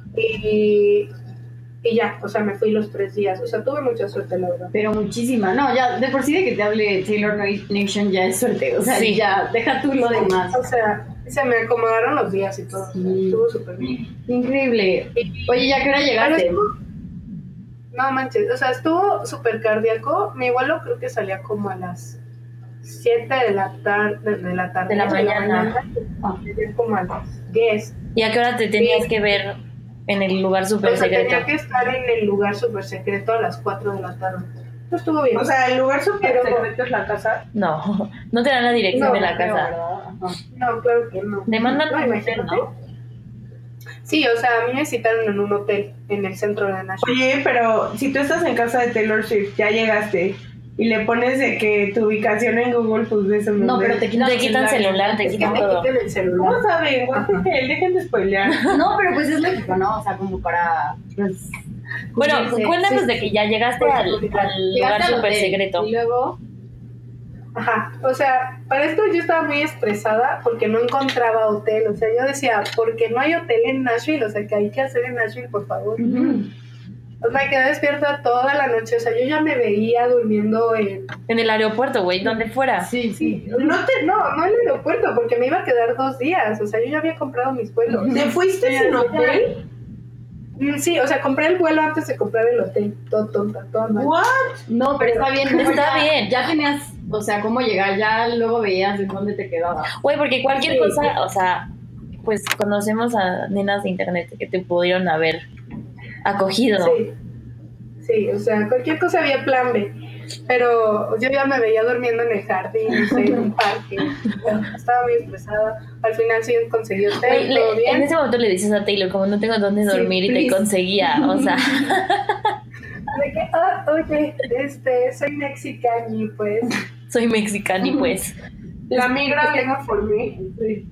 Y, y ya, o sea, me fui los tres días. O sea, tuve mucha suerte, la verdad. Pero muchísima. No, ya, de por sí de que te hable Taylor Nation ya es suerte. O sea, Sí. ya, deja tú lo demás. O sea, se me acomodaron los días y todo. Sí. Estuvo súper bien. Increíble. Y- Oye, ¿ya qué hora Pero llegaste? estuvo- No manches, o sea, estuvo súper cardíaco. Mi vuelo creo que salía como a las siete de la tarde, de la tarde. De la mañana. Ah, llegué como a las diez. ¿Y a qué hora te tenías que ver en el lugar O súper sea, secreto? tenía que estar en el lugar súper secreto a las cuatro de la tarde. No estuvo bien. O sea, el lugar súper Pero- secreto es la casa. No, no te dan la dirección No, de la Creo, casa. ¿verdad? Ajá. no, claro que no. Te mandan No, a un hotel, imagínate. ¿no? Sí, o sea, a mí me citaron en un hotel en el centro de Nashville. Oye, pero si tú estás en casa de Taylor Swift, ya llegaste y le pones de que tu ubicación en Google, pues ves en No, dónde- pero te quitan, Te quitan celular, te Es que quitan me todo. quiten el celular. ¿Cómo saben? What the hell? Dejen de spoilear. No, pero pues es lógico, ¿no? O sea, como para. Pues, Bueno, cubrirse. cuéntanos Sí, de que ya llegaste Pues, al, al llegaste lugar al súper hotel, secreto. Y luego. Ajá, o sea, para esto yo estaba muy estresada porque no encontraba hotel, o sea, yo decía, ¿por qué no hay hotel en Nashville? O sea, ¿qué hay que hacer en Nashville, por favor? Ujú. O sea, me quedé despierta toda la noche, o sea, yo ya me veía durmiendo en... En el aeropuerto, güey, donde fuera. Sí, sí. No, te, no, no en el aeropuerto, porque me iba a quedar dos días, o sea, yo ya había comprado mis vuelos. ¿Te fuiste Sí, sin ya. hotel? Mm, Sí, o sea, compré el vuelo antes de comprar el hotel, todo tonta, toda mal. ¿What? No, pero está bien. mejor Está ya- bien. Ya tenías, o sea, cómo llegar, ya luego veías en dónde te quedabas. Güey, porque cualquier Sí. cosa, o sea, pues conocemos a nenas de internet que te pudieron haber acogido. Sí, sí, o sea, cualquier cosa había plan B. Pero yo ya me veía durmiendo en el jardín, no sé, en un parque. Estaba muy estresada. Al final sí conseguí hotel, Güey, le- todo bien. en ese momento le dices a Taylor, como no tengo dónde Sí, dormir y te please. conseguía, o sea, De que, ah, oye, este, soy mexicana y pues soy mexicana y pues. La migra Pues venga por mí. sí.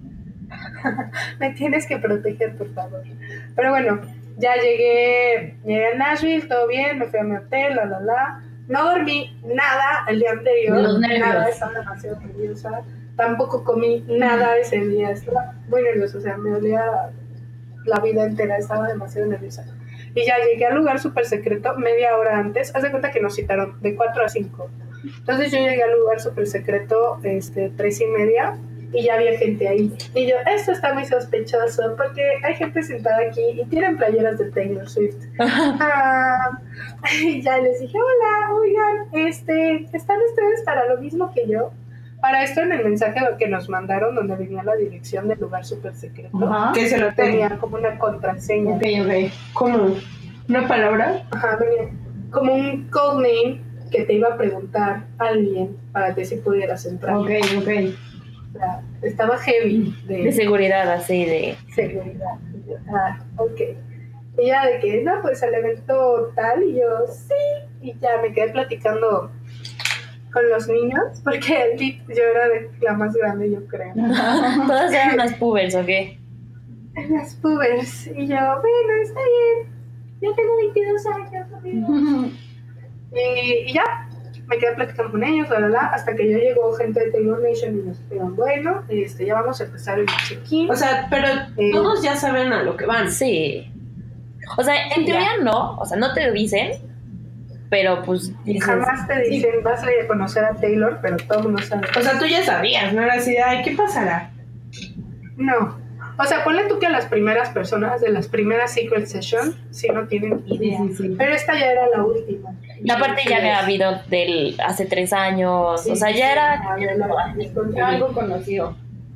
Me tienes que proteger, por favor. Pero bueno, ya llegué, llegué a Nashville, todo bien, me fui a mi hotel, la, la, la. No dormí nada el día anterior. Los nervios. Nada, estaba demasiado nerviosa. Tampoco comí nada ese día. Estaba muy nerviosa, o sea, me dolía la vida entera, estaba demasiado nerviosa. Y ya llegué al lugar súper secreto media hora antes. Haz de cuenta que nos citaron de cuatro a cinco. Entonces yo llegué al lugar súper secreto, este, tres y media, y ya había gente ahí. Y yo, esto está muy sospechoso, porque hay gente sentada aquí y tienen playeras de Taylor Swift. Ah, y ya les dije, hola, oigan, este, ¿están ustedes para lo mismo que yo? Para esto en el mensaje que nos mandaron, donde venía la dirección del lugar súper secreto, Ajá. Que se lo tenía. tenía como una contraseña. Ok, ok. ¿Cómo? ¿Una palabra? Ajá, venía como un codename que te iba a preguntar alguien para que sí pudieras entrar. Ok, ok. O sea, estaba heavy de, De seguridad, así de. seguridad. Y yo, ah, ok. Y ya de que, no, pues el evento tal, y yo, sí. Y ya me quedé platicando con los niños, porque lit- yo era de la más grande, yo creo. Todas eran unas pubers, ¿o qué? Las pubers. Y yo, bueno, está bien. Yo tengo veintidós años, amigos. Y, y ya, me quedé platicando con ellos, la, la, la, hasta que ya llegó gente de Taylor Nation y nos dijeron, bueno, este, ya vamos a empezar el check-in. O sea, pero Eh. todos ya saben a lo que van. Sí. O sea, en teoría no, o sea, no te lo dicen, pero pues dices, Jamás te dicen, vas a ir a conocer a Taylor, pero todo el mundo sabe. O sea, tú ya sabías, no era así de, ay, ¿qué pasará? No. O sea, ponle tú que a las primeras personas de las primeras Secret Session sí no tienen idea. Sí, sí, sí. Pero esta ya era la última. y aparte ya había habido del hace tres años, o sea, ya era Era algo conocido.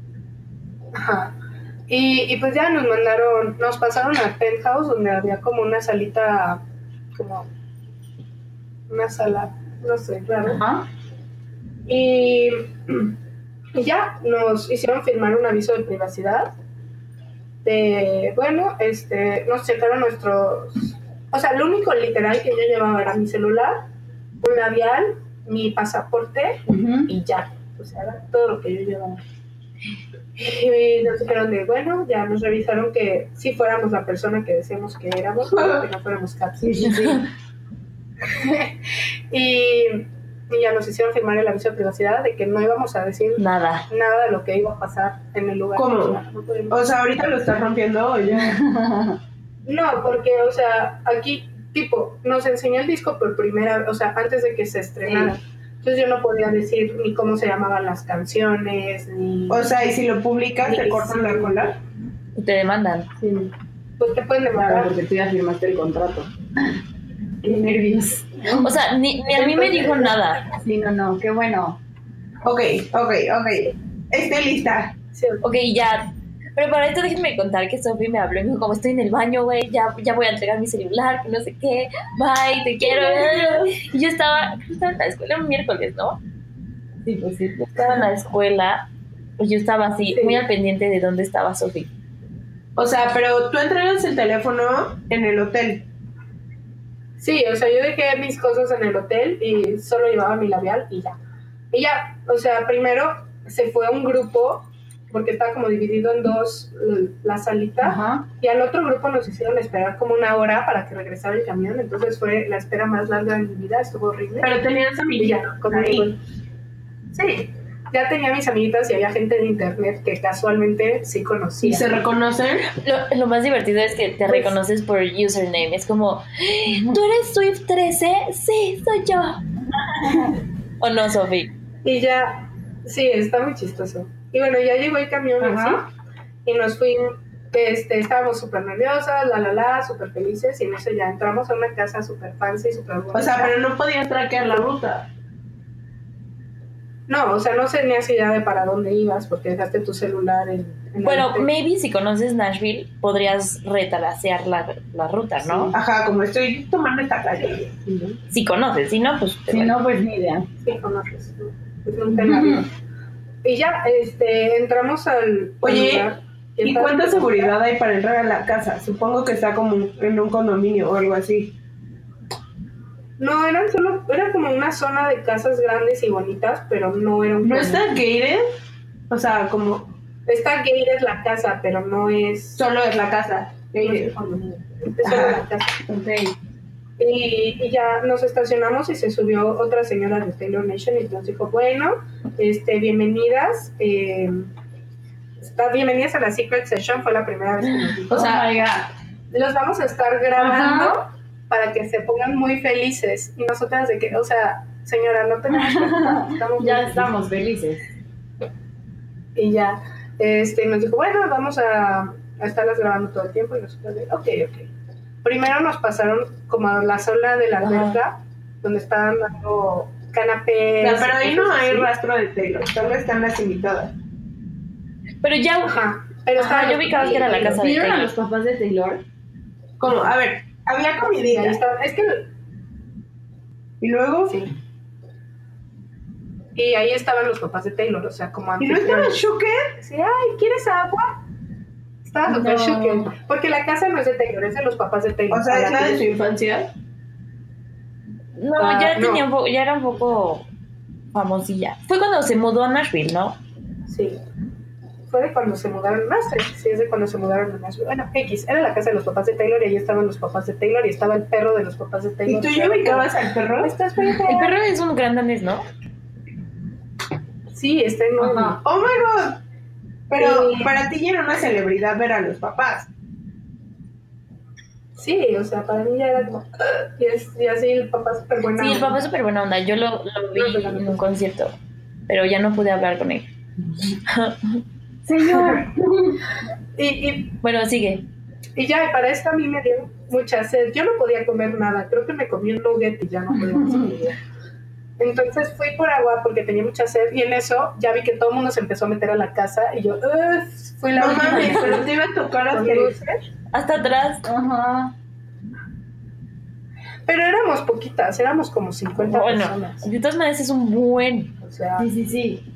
Ajá. Y, y pues ya nos mandaron, nos pasaron al penthouse donde había como una salita, como una sala, no sé, claro. Ajá. Y, y ya nos hicieron firmar un aviso de privacidad. De, bueno, este, nos checaron nuestros, o sea, lo único literal que yo llevaba era mi celular, un labial, mi pasaporte Ujú. y ya, o sea, era todo lo que yo llevaba. Y nos dijeron de, bueno, ya nos revisaron que sí fuéramos la persona que decíamos que éramos, pero que no fuéramos cats. Sí, sí, sí. y, y ya nos hicieron firmar el aviso de privacidad de que no íbamos a decir nada. nada de lo que iba a pasar en el lugar. ¿Cómo? O sea, no podemos- O sea, ahorita lo estás rompiendo o ya. No, porque, o sea, aquí, tipo, nos enseñó el disco por primera vez, o sea, antes de que se estrenara. Entonces yo no podía decir ni cómo se llamaban las canciones, ni... O sea, y si lo publicas, te Sí, cortan sí. la cola. Y te demandan. Sí. Pues te pueden Claro, demandar. porque tú ya firmaste el contrato. Qué nervios. O sea, ni, ni a mí me dijo nada. Sí, no, no, qué bueno. Ok, ok, ok. Estoy lista. Sí, Ok, ya. Pero para esto déjenme contar que Sophie me habló y me dijo, como estoy en el baño, güey, ya, ya voy a entregar mi celular, que no sé qué, bye, te quiero. Y yo estaba, yo estaba en la escuela un miércoles, ¿no? Sí, pues sí. Yo estaba en la escuela y yo estaba así, Sí. muy al pendiente de dónde estaba Sophie. O sea, pero tú entregas el teléfono en el hotel. Sí, o sea, yo dejé mis cosas en el hotel y solo llevaba mi labial y ya. Y ya, o sea, primero se fue un grupo, porque estaba como dividido en dos l- la salita, Ajá. y al otro grupo nos hicieron esperar como una hora para que regresara el camión, entonces fue la espera más larga de mi vida, estuvo horrible. Pero tenías Y ya, amiguitos conmigo. ahí. Sí, ya tenía mis amiguitas y había gente de internet que casualmente sí conocía. ¿Y se reconocen? Lo, lo más divertido es que te Pues- reconoces por username. Es como, ¿tú eres Swift trece? Sí, soy yo. ¿O no, Sophie? Y ya, sí, está muy chistoso. Y bueno, ya llegó el camión y Ajá. así, y nos fuimos, este, estábamos súper nerviosas, la la la, súper felices, y en eso ya entramos a una casa súper fancy, súper bonita. O sea, pero no podías traquear la ruta. No, o sea, no tenías idea de para dónde ibas porque dejaste tu celular en, en la Bueno, biblioteca. maybe si conoces Nashville, podrías retarasear la, la ruta, ¿no? Ajá, como estoy tomando esta calle. Si conoces, si no, pues... Si no, pues ni idea. Sí, conoces. ¿no? Pues nunca en la vida. Y ya, este, entramos al, al Oye, lugar. ¿y está- cuánta seguridad hay para entrar a la casa? Supongo que está como en un condominio o algo así. No, eran solo, era como una zona de casas grandes y bonitas, pero no era un ¿No condominio. está gated? O sea, como Está gated la casa, pero no es... solo es la casa. no es Gated. un condominio, es solo la casa. Ok. Y, y ya nos estacionamos y se subió otra señora de Taylor Nation y nos dijo, bueno, este, bienvenidas, eh, está, bienvenidas a la Secret Session, fue la primera vez que nos dijo. O sea, oiga, Los vamos a estar grabando para que se pongan muy felices. Y nosotras de que, o sea, señora, no tenemos que estar, estamos muy ya felices. estamos felices. Y ya, este, nos dijo, bueno, vamos a, a estarlas grabando todo el tiempo. Y nosotros de, ok, ok. Primero nos pasaron como a la zona de la alberca, donde estaban dando canapés. O sea, pero ahí y no cosas hay así. rastro de Taylor, solo están las invitadas. Pero ya... Ajá. Pero Ajá, estaba yo ubicaba que era la casa de ¿Vieron a Taylor. los papás de Taylor? Como, a ver, había Y ahí comidita. estaba- es que Y luego, sí. Y ahí estaban los papás de Taylor, o sea, como ¿y no estaba anfitriones. Shuker? Sí, ay, ¿quieres agua? Estaba súper No. shocker. Porque la casa no es de Taylor, es de los papás de Taylor. O sea, es Para la de que- su infancia. No, Ah, ya no. tenía un poco, ya era un poco famosilla. Fue cuando se mudó a Nashville, ¿no? Sí. Fue de cuando se mudaron, no sé, sí, es de cuando se mudaron a Nashville. Bueno, X, era la casa de los papás de Taylor y ahí estaban los papás de Taylor y estaba el perro de los papás de Taylor. ¿Y tú ya ubicabas al perro? ¿Estás bien? El perro es un gran danés, ¿no? Sí, está en un... Ajá. ¡Oh, my God! Pero Sí. para ti ya era una celebridad ver a los papás. Sí, o sea, para mí ya era como... Y, es, y así el papá súper buena. Sí, el onda. papá es súper buena onda. Yo lo, lo vi en un concierto, pero ya no pude hablar con él. Señor. Y, y, Bueno, sigue. y ya, y para esto a mí me dio mucha sed. Yo no podía comer nada. Creo que me comí un nugget y ya no podía más comer. Entonces fui por agua porque tenía mucha sed y en eso ya vi que todo el mundo se empezó a meter a la casa y yo "Ugh", fui la No última mames, pero te iba a tocar con hasta el... luces. Hasta atrás. Ajá. Pero éramos poquitas, éramos como cincuenta Bueno, personas. de todas maneras es un buen. O sea, Sí, sí, sí.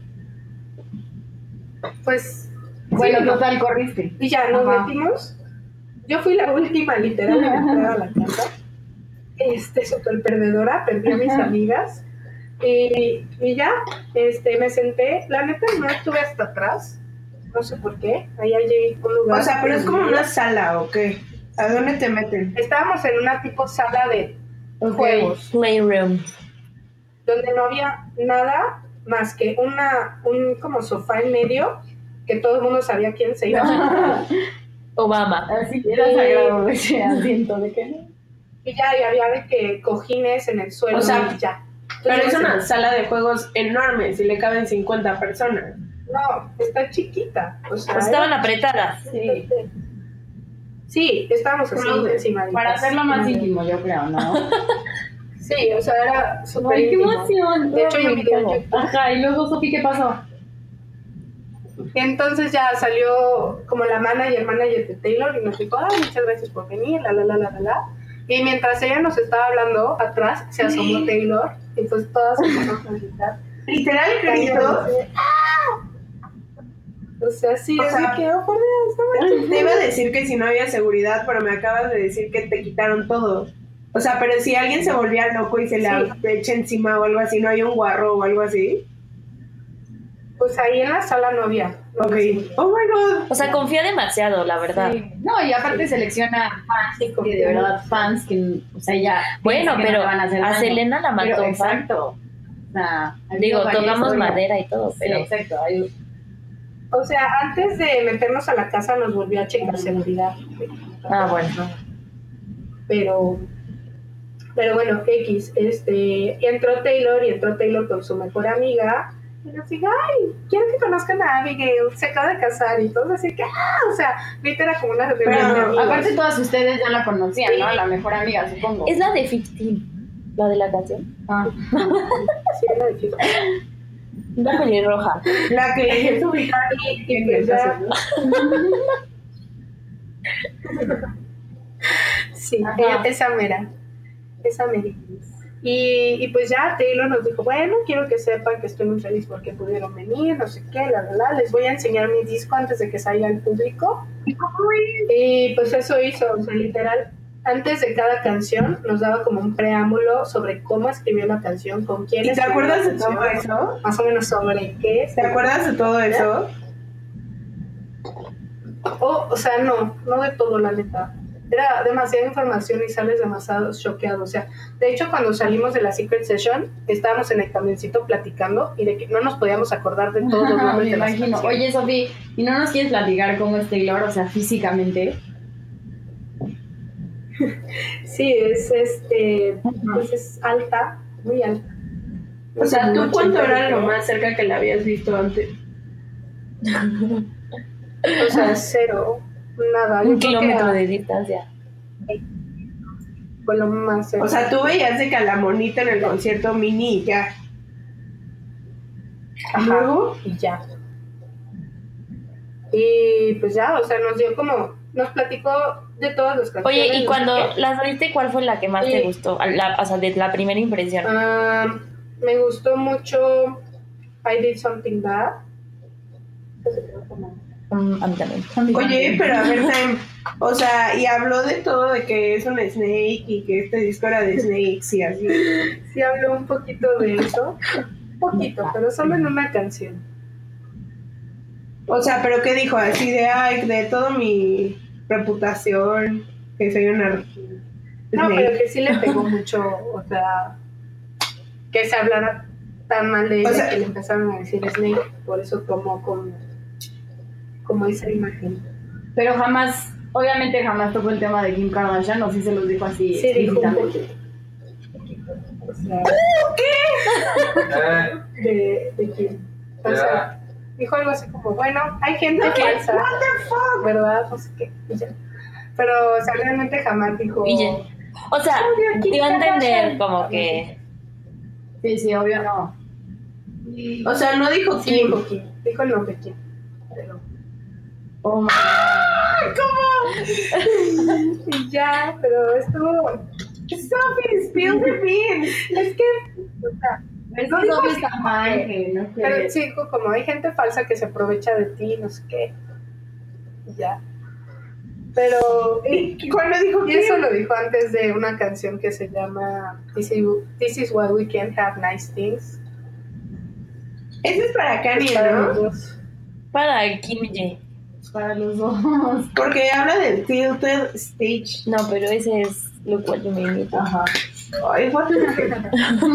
pues Bueno, sí, no. total, corriste. Y ya nos Ajá. metimos. Yo fui la última literal en entrar a la casa. Este, súper perdedora, perdí a mis amigas. Y, y ya, este, me senté. La neta no estuve hasta atrás. No sé por qué. Ahí hay un lugar. O sea, pero es como una sala, ¿o qué? ¿A dónde te meten? Estábamos en una tipo sala de Ok. juegos, Playroom. donde no había nada más que una, un como sofá en medio, que todo el mundo sabía quién se iba a sentar. Obama. Así que era sagrado ese asiento de que no. Y ya, y había de que cojines en el suelo O sea, y ya. Pero es Entonces, una sala de juegos enorme, si le caben cincuenta personas. No, está chiquita. O sea, Pues estaban era- apretadas. Sí. Sí, estábamos así Pero, encima. Para hacerlo más íntimo, yo creo, ¿no? Sí, o sea, era súper Ay, qué íntimo. emoción. De hecho, hay un video en ¿Cómo? YouTube. Ajá, y luego, Sofi, ¿qué pasó? Entonces ya salió como la manager, manager de Taylor y nos dijo, ah, muchas gracias por venir, la, la, la, la, la, la. Y mientras ella nos estaba hablando, atrás se asomó Taylor y pues todas empezamos a gritar. Literal, grito. O sea, sí, O es sea, de que, oh, por Dios, no manches. Te iba a decir que si no había seguridad, pero me acabas de decir que te quitaron todo. O sea, pero si alguien se volvía loco y se le Sí. echa encima o algo así, ¿no hay un guarro o algo así? Pues ahí en la sala no había. no Ok. había seguridad. Oh my God. O sea, confía demasiado, la verdad. Sí. No, y aparte selecciona fans, Sí, que de verdad fans que, o sea, ya. Bueno, piensan que no pero le van a, hacer a daño. Selena la mató Pero, un fan. exacto. O sea, ha Digo, habido varias tocamos historias. madera y todo, Sí, pero... exacto. Hay- O sea, antes de meternos a la casa nos volvió a checar seguridad. Ah, bueno. Pero, pero bueno, X, este, y entró Taylor y entró Taylor con su mejor amiga. Y nos dijo, ay, quiero que conozcan a Abigail, se acaba de casar. Y todos así que, ah, o sea, ahorita era como una reunión de Pero amigos. aparte todas ustedes ya la conocían, Sí. ¿no? La mejor amiga, supongo. Es la de quince, la de la canción. Ah. Sí, era difícil. La pelirroja. La que le hizo ubicar Y, y en pues el ya, estación. sí, Ajá. ella- esa mera, esa mera. Y, y pues ya Taylor nos dijo, bueno, quiero que sepan que estoy muy feliz porque pudieron venir, no sé qué, la, la, la, les voy a enseñar mi disco antes de que salga al público. Y pues eso hizo, o sea, literal, antes de cada canción nos daba como un preámbulo sobre cómo escribió la canción, con quién ¿Y te escribió acuerdas la de todo canción, eso? más o menos sobre qué. ¿Te acuerdas de todo eso? O, o sea, no, no de todo, la neta. Era demasiada información y sales demasiado choqueado. O sea, de hecho, cuando salimos de la Secret Session, estábamos en el camioncito platicando y de que no nos podíamos acordar de todos los nombres Me de las imagino. canciones. Oye, Sofi, ¿y no nos quieres platicar cómo es Taylor, o sea, físicamente? Sí, es este, pues es alta, muy alta. O sea, ¿tú Como cuánto ochenta, era lo creo. más cerca que la habías visto antes? O sea, cero, nada. Yo Un creo que kilómetro a- de distancia. fue lo más cerca. O sea, tú veías de que a la monita en el concierto mini y ya. Ajá, Luego, y ya. Y pues ya, o sea, nos dio como, nos platicó de todas las canciones. Oye, y no cuando sé qué. las viste, ¿cuál fue la que más te Sí. gustó? La, o sea, de la primera impresión. Ah, me gustó mucho I Did Something Bad. Mm, a mí también. oye, pero a ver, Time, o sea, y habló de todo, de que es un Snake y que este disco era de Snakes y así. Sí habló un poquito de eso. Un poquito, pero solo en una canción. O sea, pero ¿qué dijo? Así de, ay, de toda mi reputación, que soy una No, Snake. pero que sí le pegó mucho, o sea, que se hablara tan mal de ella O sea- que le empezaron a decir Snake, por eso tomó como, como esa imagen. Pero jamás, obviamente jamás tocó el tema de Kim Kardashian, o sí se los dijo así Sí, dijo un explícitamente. poquito. O sea, de, de quién. O sea, dijo algo así como, bueno, hay gente falsa, ¿verdad? No sé qué, y ya. Pero, o sea, realmente jamás dijo... Y ya. O sea, Obvio, Kim dio a entender Kardashian. como que... Sí, sí, obvio no. O sea, no dijo Sí, Kim. dijo Kim, dijo el nombre Kim. Pero... Oh my Y ya, pero estuvo... Sophie, spill the beans. Es que... O sea, God. Es No que dijo Sofi que- está mal, que no pero sé. sí, dijo como hay gente falsa que se aprovecha de ti, no sé qué. Y ya. Pero... Y, ¿Y cuándo dijo y Kim? eso lo dijo antes de una canción que se llama This is, This is Why We Can't Have Nice Things. Ese es para Kanye, Para ¿no? los dos. Para Kim J. Para los dos. Porque habla del Tilted Stage. No, pero ese es Look What You Made Me Do. Ajá. Ay, what the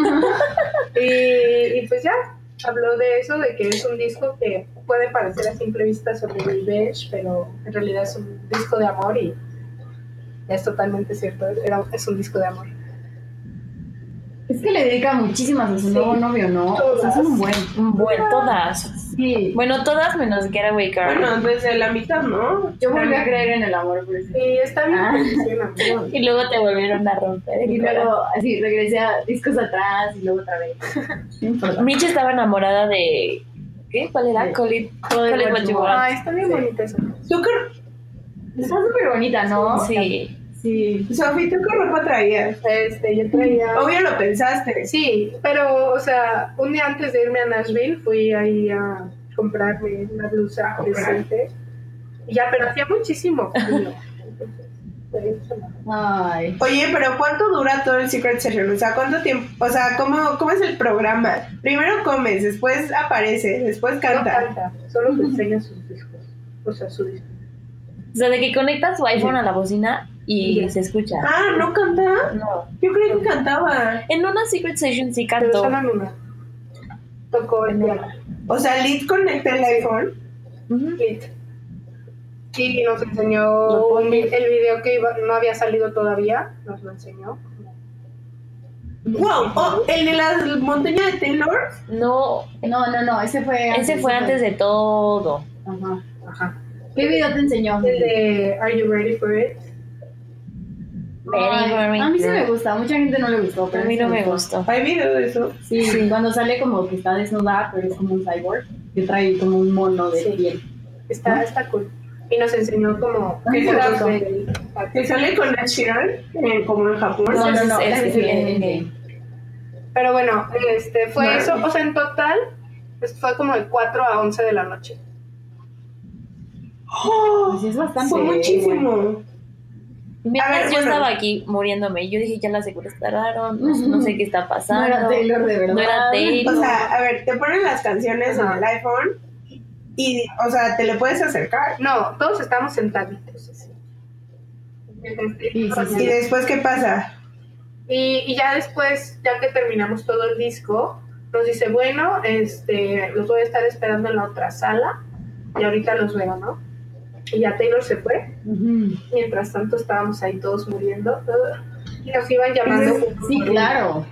Y, y pues ya, habló de eso, de que es un disco que puede parecer a simple vista sobre Revenge, pero en realidad es un disco de amor y es totalmente cierto, era, es un disco de amor. Es que le dedica muchísimas a su Sí. nuevo novio, ¿no? O sea, son un buen. Bueno, todas. Sí. Bueno, todas menos Getaway Car. Bueno, desde la mitad, ¿no? Yo volví a creer en el amor por eso. Y está bien, Ah. funciona, ¿no? Y luego te volvieron a romper el Y corazón. luego, así, regresé a discos atrás y luego otra vez. No importa. Mitch estaba enamorada de... ¿Qué? ¿Cuál era? Sí. Call it, Call it Call it what what you you want. want. Ah, está bien Sí. bonita esa. ¿Tú qué, Está súper bonita, ¿no? Sí. Sí. Sophie, ¿tú qué ropa traías? Este, yo traía... Obvio lo pensaste. Sí, pero, o sea, un día antes de irme a Nashville fui ahí a comprarme una blusa Comprar. decente. Y ya, pero hacía muchísimo frío. Entonces, pues, Ay. Oye, pero ¿cuánto dura todo el Secret Session? O sea, ¿cuánto tiempo? O sea, ¿cómo, cómo es el programa? Primero comes, después aparece, después no canta. canta, solo te enseña sus discos. O sea, su disco. O sea, de que conectas tu iPhone a la bocina y Ya. se escucha. Ah, ¿no canta? No. Yo creí que cantaba. En una Secret Session sí Pero cantó. solo en una. Tocó el piano. O sea, Lid conecta el iPhone. Ujú. Lit. Y nos enseñó Lo pone. un vi- el video que iba- no había salido todavía. Nos lo enseñó. ¡Wow! Oh, ¿el de la montaña de Taylor? No, No, no, no, ese fue antes. ese fue antes de todo. Ajá. Ajá. ¿Qué video te enseñó? El de Are You Ready for It? Very, very a mí sí good. me gusta, a mucha gente no le gustó, A pero mí sí no me gustó. ¿Hay video de eso? Sí, cuando sale como que está desnuda, pero es como un cyborg, que trae como un mono de Sí. piel. Está, está cool. Y nos enseñó como ¿Qué fotos tal? de- Que sale con Ed Sheeran, eh, como en Japón. No, no, no, Es- ese es- es el es- Endgame. Pero bueno, este, fue No. eso. O sea, en total, pues, fue como de cuatro a once de la noche. ¡Oh! Pues sí, es bastante. Fue muchísimo. Mientras A ver, yo bueno. estaba aquí muriéndome, yo dije, ya la secuestraron, no, sé- no sé qué está No pasando. era Taylor de verdad. No era Taylor. O sea, a ver, te ponen las canciones Ajá. en el iPhone y, o sea, te le puedes acercar. No, todos estábamos sentaditos así. Sí, sí, sí. ¿Y después qué pasa? Y, y ya después, ya que terminamos todo el disco, nos dice, bueno, este, los voy a estar esperando en la otra sala y ahorita los veo, ¿no? Y ya Taylor se fue. Ujú. Mientras tanto estábamos ahí todos muriendo. Y nos iban llamando. Sí, claro.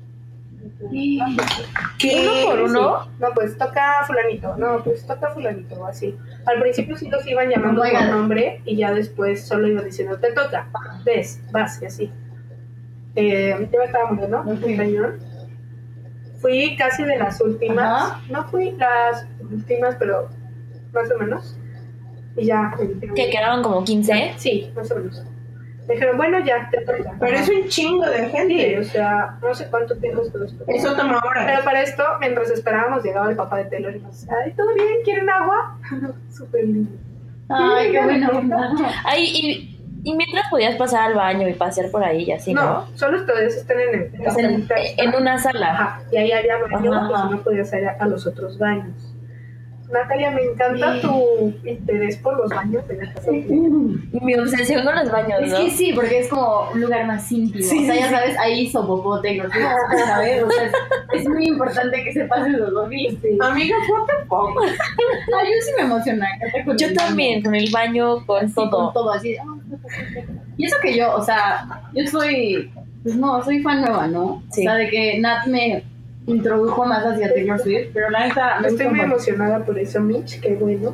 ¿Qué? Uno por uno. No, pues toca fulanito, no, pues toca fulanito, así. Al principio sí los iban llamando Oh my por God. nombre y ya después solo iban diciendo, te toca, ves, vas y así. Eh, yo me estaba muriendo, Ok. un cañón. Fui casi de las últimas, Ajá. no fui las últimas, pero más o menos. Y ya. me dijeron, Que quedaban como quince. Sí, más o menos. Me dijeron, bueno, ya, te toca. Pero es un chingo de Sí, o gente. sea, no sé cuánto tiempo estuvo esperando. Eso toma Pero horas. para esto, mientras esperábamos, llegaba el papá de Taylor y nos decía, ay, ¿todo bien? ¿Quieren agua? Súper lindo. Ay, qué buena onda. Ay, y, y mientras podías pasar al baño y pasear por ahí y así, ¿no? No, solo ustedes están en, el, O sea, en, en una sala. Ajá, y ahí había baño, Ajá, pues ajá. no podías ir a los otros baños. Natalia, me encanta tu interés por los baños de la casa. Mi obsesión con los baños, Es ¿no? que sí, porque es como un lugar más íntimo. Sí, o sea, sí, ya sí. sabes, ahí hizo popó Taylor Swift, ¿sabes? O sea, es, es muy importante que sepas esos dos Sí. Amiga, what the fuck? Ay, yo sí me emocioné. con Yo el también, con el baño, con baño. Sí, todo. Con todo, así. de, "Ah, y eso que yo, o sea, yo soy, pues no, soy fan nueva, ¿no? Sí. O sea, de que Nat me introdujo más hacia Taylor Swift, pero la neta me Estoy gusta muy mucho. emocionada por eso, Mitch, qué bueno.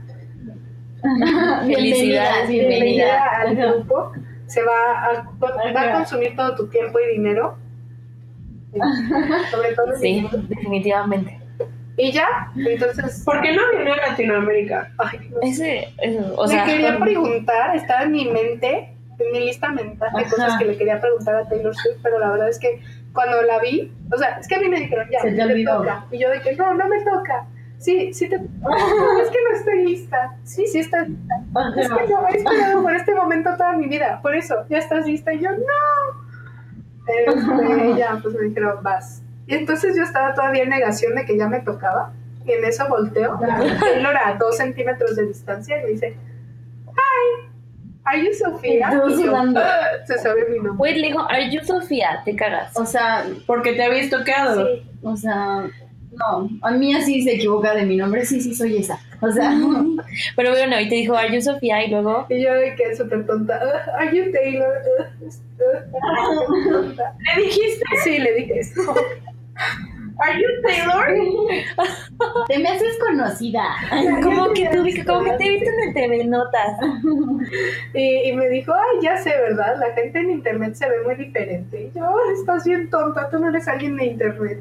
Felicidades, bienvenida. Bienvenida al Ajá. grupo. Se va a, va a consumir todo tu tiempo y dinero. Sobre todo el Sí, dinero. definitivamente. Y ya, entonces. ¿Por qué no viene a Latinoamérica? Ay, no sé. Ese, ese- o Me sea, quería con- preguntar, estaba en mi mente, en mi lista mental de Ajá. cosas que le quería preguntar a Taylor Swift, pero la verdad es que cuando la vi, o sea, es que a mí me dijeron, ya, Se te te olvidó. toca. Y yo de que, no, no me toca. Sí, sí te no, es que no estoy lista. Sí, sí estás lista. Es que no, he esperado por este momento toda mi vida. Por eso, ya estás lista. Y yo, no. Este, ya, pues me dijeron, vas. Y entonces yo estaba todavía en negación de que ya me tocaba. Y en eso volteo. Taylor a dos centímetros de distancia y me dice, hi, are you Sofía? Y tú Y yo, sudando. "Ah", se sabe mi nombre. Wait, le dijo, are you Sofía? Te cagas. O sea, Porque te habías tocado. Sí. o sea, no, a mí así se equivoca de mi nombre, sí, sí, soy esa. O sea, Pero bueno, y te dijo, are you Sofía? Y luego, Y yo de que súper tonta, "Ah, are you Taylor? Ah, ah, tonta". ¿Le dijiste? Sí, le dije eso. ¿Are you Taylor? te me haces conocida. como que, te, como que te viste en el T V Notas. Y, y me dijo, ay, ya sé, ¿verdad? La gente en internet se ve muy diferente. Y yo, "Ay, estás bien tonta, tú no eres alguien de internet".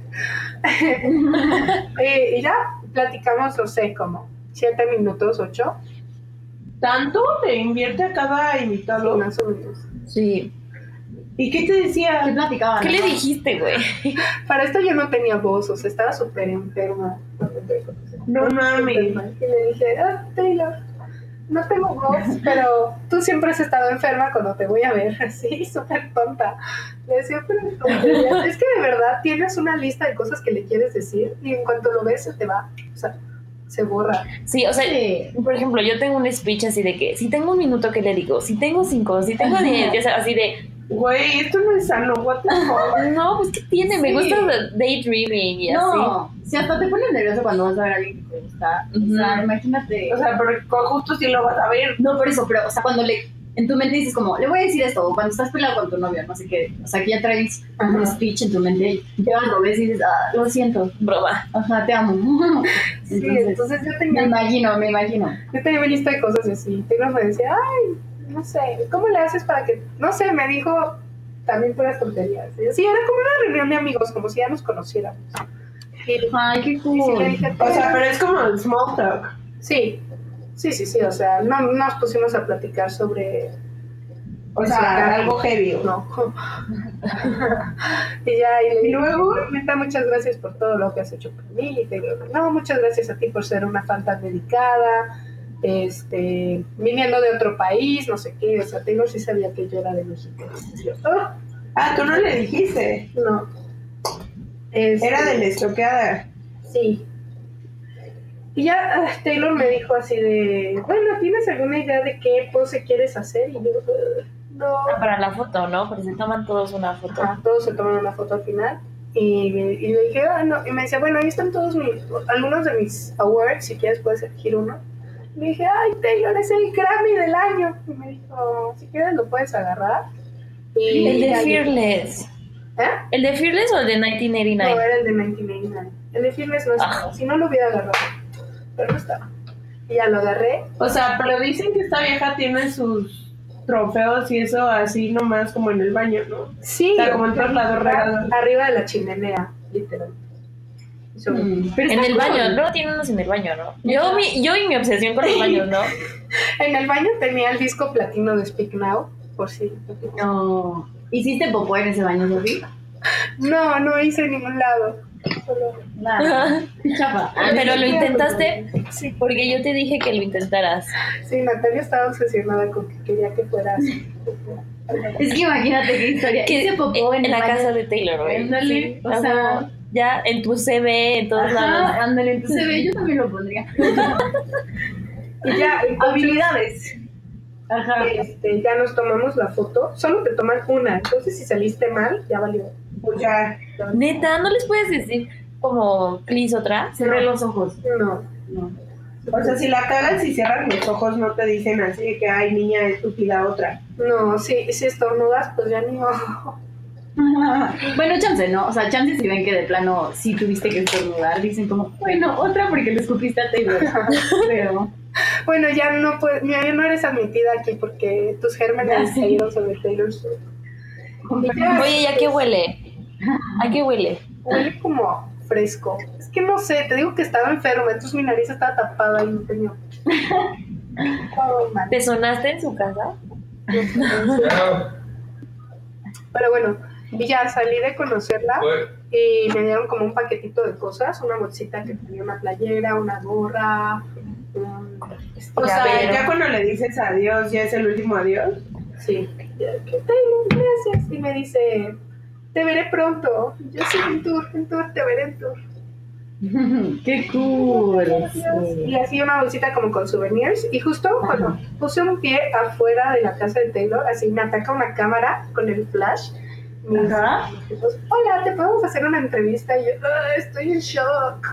y, y ya platicamos, no sé, como siete minutos, ocho, ¿Tanto te invierte a cada invitado? más o menos. Sí. ¿Y qué te ¿Qué decía? platicaban? ¿Qué le dijiste, güey? Para esto yo no tenía voz, o sea, estaba súper enferma. No mames. Y le dije, ah, Taylor, no tengo voz, pero tú siempre has estado enferma cuando te voy a ver, así, súper tonta. Le decía, pero tontería. Es que de verdad tienes una lista de cosas que le quieres decir y en cuanto lo ves se te va, o sea, se borra. Sí, o sea, Sí. por ejemplo, yo tengo un speech así de que si tengo un minuto, ¿qué le digo? Si tengo cinco, si tengo diez, ya sabes, así de, Güey, esto no es sano, what the fuck. no, pues ¿qué tiene? Me Sí. gusta daydreaming y así. No, si hasta te pones nervioso cuando vas a ver a alguien que te gusta. O sea, Ujú. imagínate. O sea, pero justo sí lo vas a ver. No, por eso, pero, o sea, cuando le, en tu mente dices como, le voy a decir esto, o cuando estás peleado con tu novio, no sé qué, o sea, que ya traes un Ajá. speech en tu mente, ya lo ves y dices, ah, lo siento, Broma. ajá, te amo. Sí, Entonces, entonces yo me tenía, imagino, me imagino. yo tenía mi lista de cosas así. Taylor me decía, ay, no sé, ¿cómo le haces para que, no sé, me dijo también puras tonterías? Sí, era como una reunión de amigos, como si ya nos conociéramos. Y, Ay, qué y sí le cool. dije, O sea, pero es como small talk. sí, sí, sí, sí, o sea, no nos pusimos a platicar sobre... O sea, algo heavy. ¿no? No. Y ya, y le Y dije, luego, neta, muchas gracias por todo lo que has hecho por mí. Y te digo, no, muchas gracias a ti por ser una fan tan dedicada, este, viniendo de otro país, no sé qué. O sea, Taylor sí sabía que yo era de México. Y yo, "Oh, ah, tú no le dijiste. no. Este, Era de la estoqueada. Sí. Y ya ah, Taylor me dijo así de, bueno, ¿tienes alguna idea de qué pose quieres hacer? Y yo, "Uh, no. Ah, para la foto, ¿no? Porque se toman todos una foto. Ajá, todos se toman una foto al final. Y, y le dije, ah, no. Y me decía, bueno, ahí están todos mis, algunos de mis awards, si quieres puedes elegir uno. Y le dije, ay, Taylor, es el Grammy del año. Y me dijo, si quieres lo puedes agarrar. Y El de ya- Fearless. ¿Eh? ¿El de Fearless o el de mil novecientos ochenta y No, nueve? era el de mil novecientos ochenta y nueve. El de Fearless no estaba. Ah. Si no lo hubiera agarrado. Pero no estaba. Y ya lo agarré. O sea, pero dicen que esta vieja tiene sus trofeos y eso así nomás como en el baño, ¿no? Sí. O sea, como en todos lados regados. Arriba de la chimenea, literal. Eso. Mm, pero En está el baño, cool. luego tiene unos en el baño, ¿no? Yo, mi, yo y mi obsesión con los baños, ¿no? En el baño tenía el disco platino de Speak Now, por si. No. ¿Hiciste popó en ese baño, Sofía? No, no hice en ningún lado. Solo... Nada. Chapa. Pero lo intentaste Sí, porque yo te dije que lo intentaras. sí, Natalia estaba obsesionada con que quería que fuera así. Es que imagínate qué historia. Que Hice popó en, en la el baño. casa de Taylor, güey. Ándale, Sí, o ajá. sea- ya en tu C V, en todos lados. Ajá, ándale, entonces ve, yo también lo pondría. Y ya, entonces, Habilidades. Ajá. este, ya nos tomamos la foto. Solo te toman una, entonces si saliste mal, ya valió. Pues ya. Neta, ¿no les puedes decir como please otra? Cerré los ojos. No. No. O sea, si la cagas y cierras los ojos, no te dicen así de que, ay, niña estúpida, otra. No, si, si estornudas, pues ya ni modo. Bueno, chance, ¿no? O sea, chance si ven que de plano sí tuviste que estornudar, dicen como, bueno, otra porque le escupiste a Taylor. Pero, Bueno, ya no puedes, ya no eres admitida aquí porque tus gérmenes Ya sé. cayeron sobre Taylor Swift. Y ya, Oye, ¿ya qué huele? ¿A qué huele? huele como fresco. Es que no sé, te digo que estaba enferma, entonces mi nariz estaba tapada y no tenía. Oh, man. ¿Te sonaste en su casa? Pero bueno, y ya salí de conocerla y me dieron como un paquetito de cosas, una bolsita que tenía una playera, una gorra, un O sea, llavero. ya cuando le dices adiós, ya es el último adiós. Sí. Ya, ¿qué Taylor? Gracias. Y me dice, te veré pronto. Yo sí, en tour, en tour, te veré en tour. qué cool. Y así una bolsita como con souvenirs. Y justo cuando puse un pie afuera de la casa de Taylor, así me ataca una cámara con el flash. Me dice, Ajá. pues, hola, ¿te podemos hacer una entrevista? Y yo, "Ah, estoy en shock.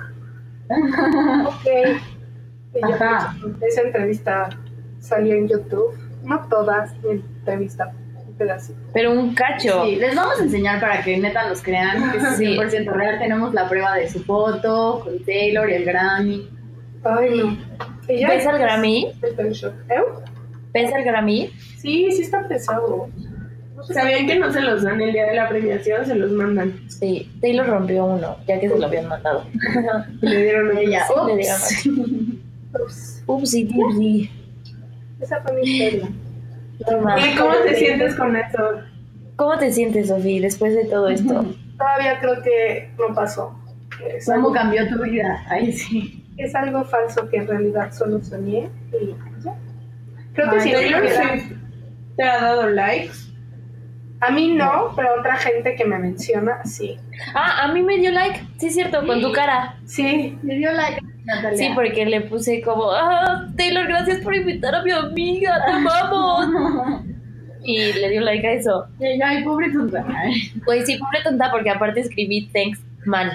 Ok. Y yo, Ajá. pues, esa entrevista salió en YouTube. No todas, mi entrevista, un pedacito. Pero un cacho. Sí, les vamos a enseñar para que neta los crean que es Sí. cien por ciento real. Tenemos la prueba de su foto con Taylor y el Grammy. Ay, no. Y ya, ¿Ves al Grammy? estoy en shock. ¿Eh? ¿Ves al Grammy? Sí, sí está pesado. No sé. ¿Sabían que no se los dan el día de la premiación? Se los mandan. Sí, Taylor rompió uno, ya que se lo habían mandado. Y le dieron a Ella, Sí, le ups. dieron Ups, Upsi, upsi. esa fue mi historia. Qué mal. ¿Y cómo te sientes con eso? ¿Cómo te sientes, Sofía, después de todo esto? Todavía creo que no pasó. Es ¿Cómo algo, cambió tu vida? Ahí sí. es algo falso que en realidad solo soñé y ya. Creo que Ay, si no Taylor hubiera- Swift te ha dado likes. A mí no, pero otra gente que me menciona, sí. Ah, a mí me dio like, sí es cierto, con tu cara. Sí, Le dio like a Natalia. Sí, porque le puse como, ah, Taylor, gracias por invitar a mi amiga, te amamos. Y le dio like a eso. Y ella, ay, pobre tonta. Pues sí, pobre tonta, porque aparte escribí thanks, man.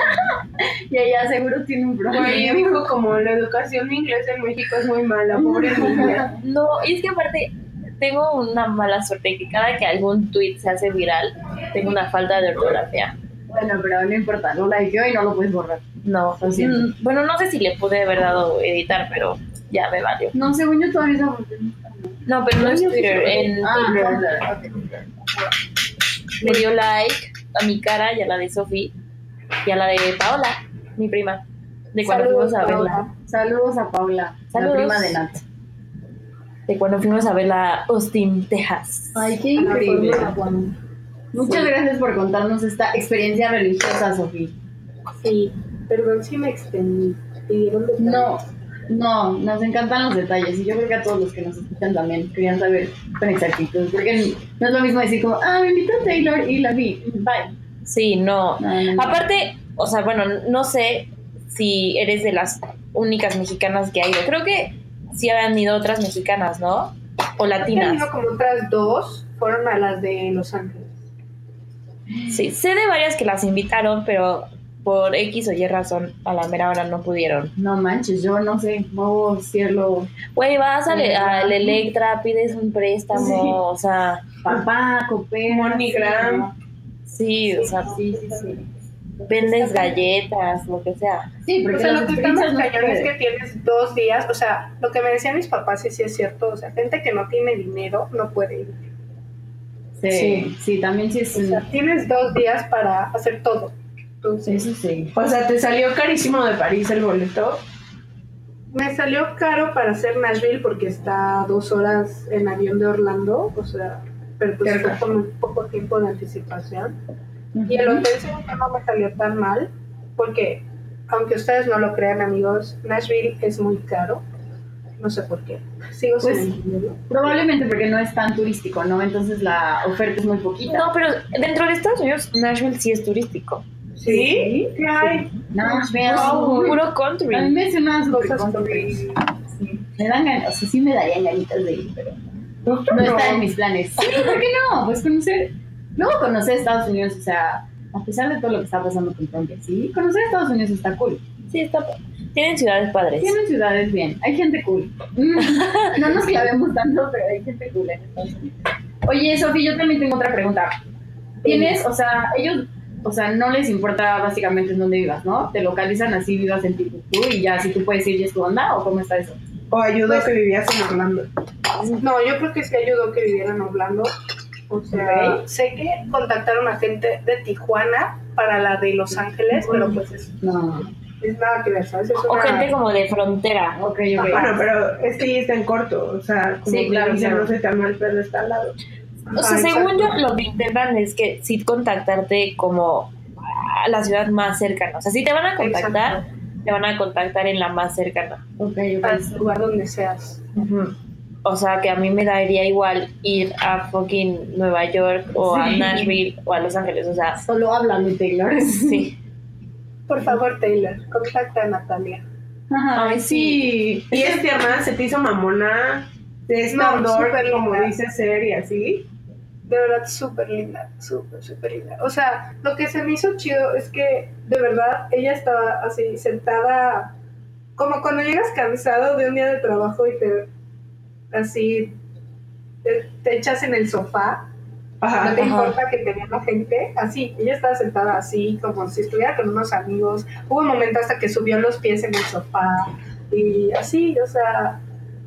Y ella seguro tiene un Güey, problema. dijo como la educación de inglés en México es muy mala, pobre niña. No, y es que aparte tengo una mala suerte que cada que algún tweet se hace viral, tengo una falta de ortografía. Bueno, pero no importa, lo likeó y no lo puedes borrar. No, lo siento. Mm. Bueno, no sé si le pude haber dado editar, pero ya me valió. No, según yo todavía esa función no está, ¿no? No, pero no es Twitter, en Ah, Tumblr. Tumblr, ok. Le dio like a mi cara y a la de Sofi y a la de Paola, mi prima, de cuando Saludos, fuimos a verla. Paola. Saludos a Paula, Saludos. la prima de Nat. De cuando fuimos a verla a Austin, Texas. Ay, qué increíble. Ah, bueno. Muchas Sí. gracias por contarnos esta experiencia religiosa, Sofía. Sí, perdón si me extendí. Pidieron detalles. No, no, nos encantan los detalles y yo creo que a todos los que nos escuchan también querían saber con exactitud, porque no es lo mismo decir como, ah, me invitó Taylor y la vi, bye. Sí, no. No, no, no. Aparte, o sea, bueno, no sé si eres de las únicas mexicanas que ha ido. Creo que sí han ido otras mexicanas, ¿no? O He latinas. tenido como otras dos, fueron a las de Los Ángeles. Sí, sé de varias que las invitaron, pero por X o Y razón a la mera hora no pudieron. No manches, yo no sé, no cielo, Güey, vas al, Sí, al ¿verdad? Electra, pides un préstamo, Sí. o sea, papá, copera, Monigram. sí, o sea, Sí, sí, sí. vendes galletas, lo que sea. Sí, O porque sea, las lo que está más experiencias no cañón es puede. que tienes dos días, o sea, lo que me decían mis papás sí, sí es cierto, o sea, gente que no tiene dinero no puede ir. Sí, sí, sí, también sí es O sea, tienes dos días para hacer todo. Entonces, eso sí. O sea, te salió carísimo de París el boleto. me salió caro para hacer Nashville porque está a dos horas en avión de Orlando, o sea, pero pues fue Cerca. con un poco tiempo de anticipación. Y el hotel según yo no me salió tan mal, porque aunque ustedes no lo crean, amigos, Nashville es muy caro. No sé por qué. Sigo sin Pues, entenderlo. Probablemente porque no es tan turístico, ¿no? Entonces la oferta es muy poquita. No, pero dentro de Estados Unidos, Nashville sí es turístico. ¿Sí? ¿Qué hay? Nashville. Puro A mí country. me suena súper Cosas country. country. Sí. Me dan ganas, o sea, sí me darían ganitas de ir, pero No, no está en mis planes. Sí, ¿por qué no? Pues conocer, luego conocer Estados Unidos, o sea, a pesar de todo lo que está pasando con Trump, y así, conocer Estados Unidos está cool. Sí, está. Tienen ciudades padres. Tienen ciudades bien, hay gente cool. No nos clavemos tanto, pero hay gente cool en Estados Unidos. Oye, Sofía, yo también tengo otra pregunta. Tienes, o sea, ellos, o sea, no les importa básicamente en dónde vivas, ¿no? Te localizan así, vivas en Timbuktu y ya, si tú puedes ir, ¿y es tu onda? ¿O cómo está eso? O ayudó Pues- que vivías en Orlando. No, yo creo que sí ayudó que viviera en Orlando. O sea, Ok. sé que contactaron a gente de Tijuana para la de Los Ángeles, pero pues es, No. es nada que ver, ¿sabes? Es O una- gente como de frontera. Ok, ok. Bueno, pero es que ya está en corto. O sea, como Sí, que claro, dicen, claro. no sé tan mal, pero está al lado. O sea, Ajá, según exacto. yo, lo que intentan es que sí contactarte como a la ciudad más cercana. O sea, si te van a contactar, te van a contactar en la más cercana. Ok, Para ok. el lugar donde seas. Ujú. O sea, que a mí me daría igual ir a fucking Nueva York o a Sí. Nashville o a Los Ángeles. O sea, Solo háblame, Taylor. sí. Por favor, Taylor, contacta a Natalia. Ay, sí. Y es tierna, se te hizo mamona, es No, candor, súper como linda. dice ser y así. De verdad, súper linda, súper, súper linda. O sea, lo que se me hizo chido es que, de verdad, ella estaba así, sentada, como cuando llegas cansado de un día de trabajo y te, así, te, te echas en el sofá, no Ajá. te Ajá. importa que te vea la gente, así, ella estaba sentada así, como si estuviera con unos amigos. Hubo un momento hasta que subió los pies en el sofá, y así, o sea,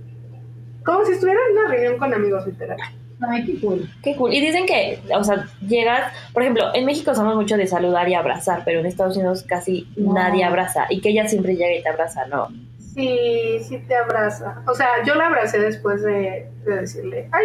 como si estuviera en una reunión con amigos, literal. Ay, qué cool. Qué cool. Y dicen que, o sea, llegas, por ejemplo, en México somos mucho de saludar y abrazar, pero en Estados Unidos casi No. nadie abraza. Y que ella siempre llega y te abraza, ¿no? Sí, sí te abraza. O sea, yo la abracé después de, de decirle, ¡Ay,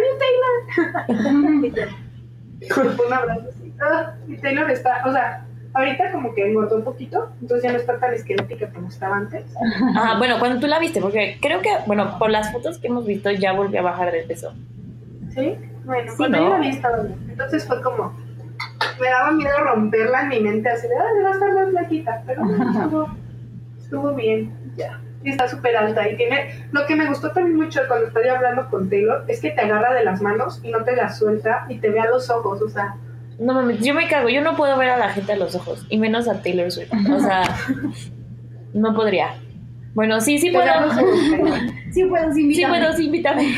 Taylor! Y ya. Fue un abrazo así. Ah, y Taylor está, o sea, ahorita como que engordó un poquito, entonces ya no está tan esquelética como estaba antes. Ajá, bueno, cuando tú la viste, porque creo que, bueno, por las fotos que hemos visto ya volvió a bajar de peso. ¿Sí? Bueno, Sí, cuando ¿no? yo la vi estaba bien. Entonces fue como, me daba miedo romperla en mi mente así de, ¡ay, va a estar más flaquita! Pero no, estuvo, estuvo bien, ya. Y está súper alta y tiene, lo que me gustó también mucho cuando estoy hablando con Taylor es que te agarra de las manos y no te las suelta y te ve a los ojos, o sea, No mames, yo me cago, yo no puedo ver a la gente a los ojos, y menos a Taylor Swift. O sea, no podría. Bueno, sí, sí te puedo. da los ojos. Sí puedo, sí, Sí invítame. puedo, sí, invítame.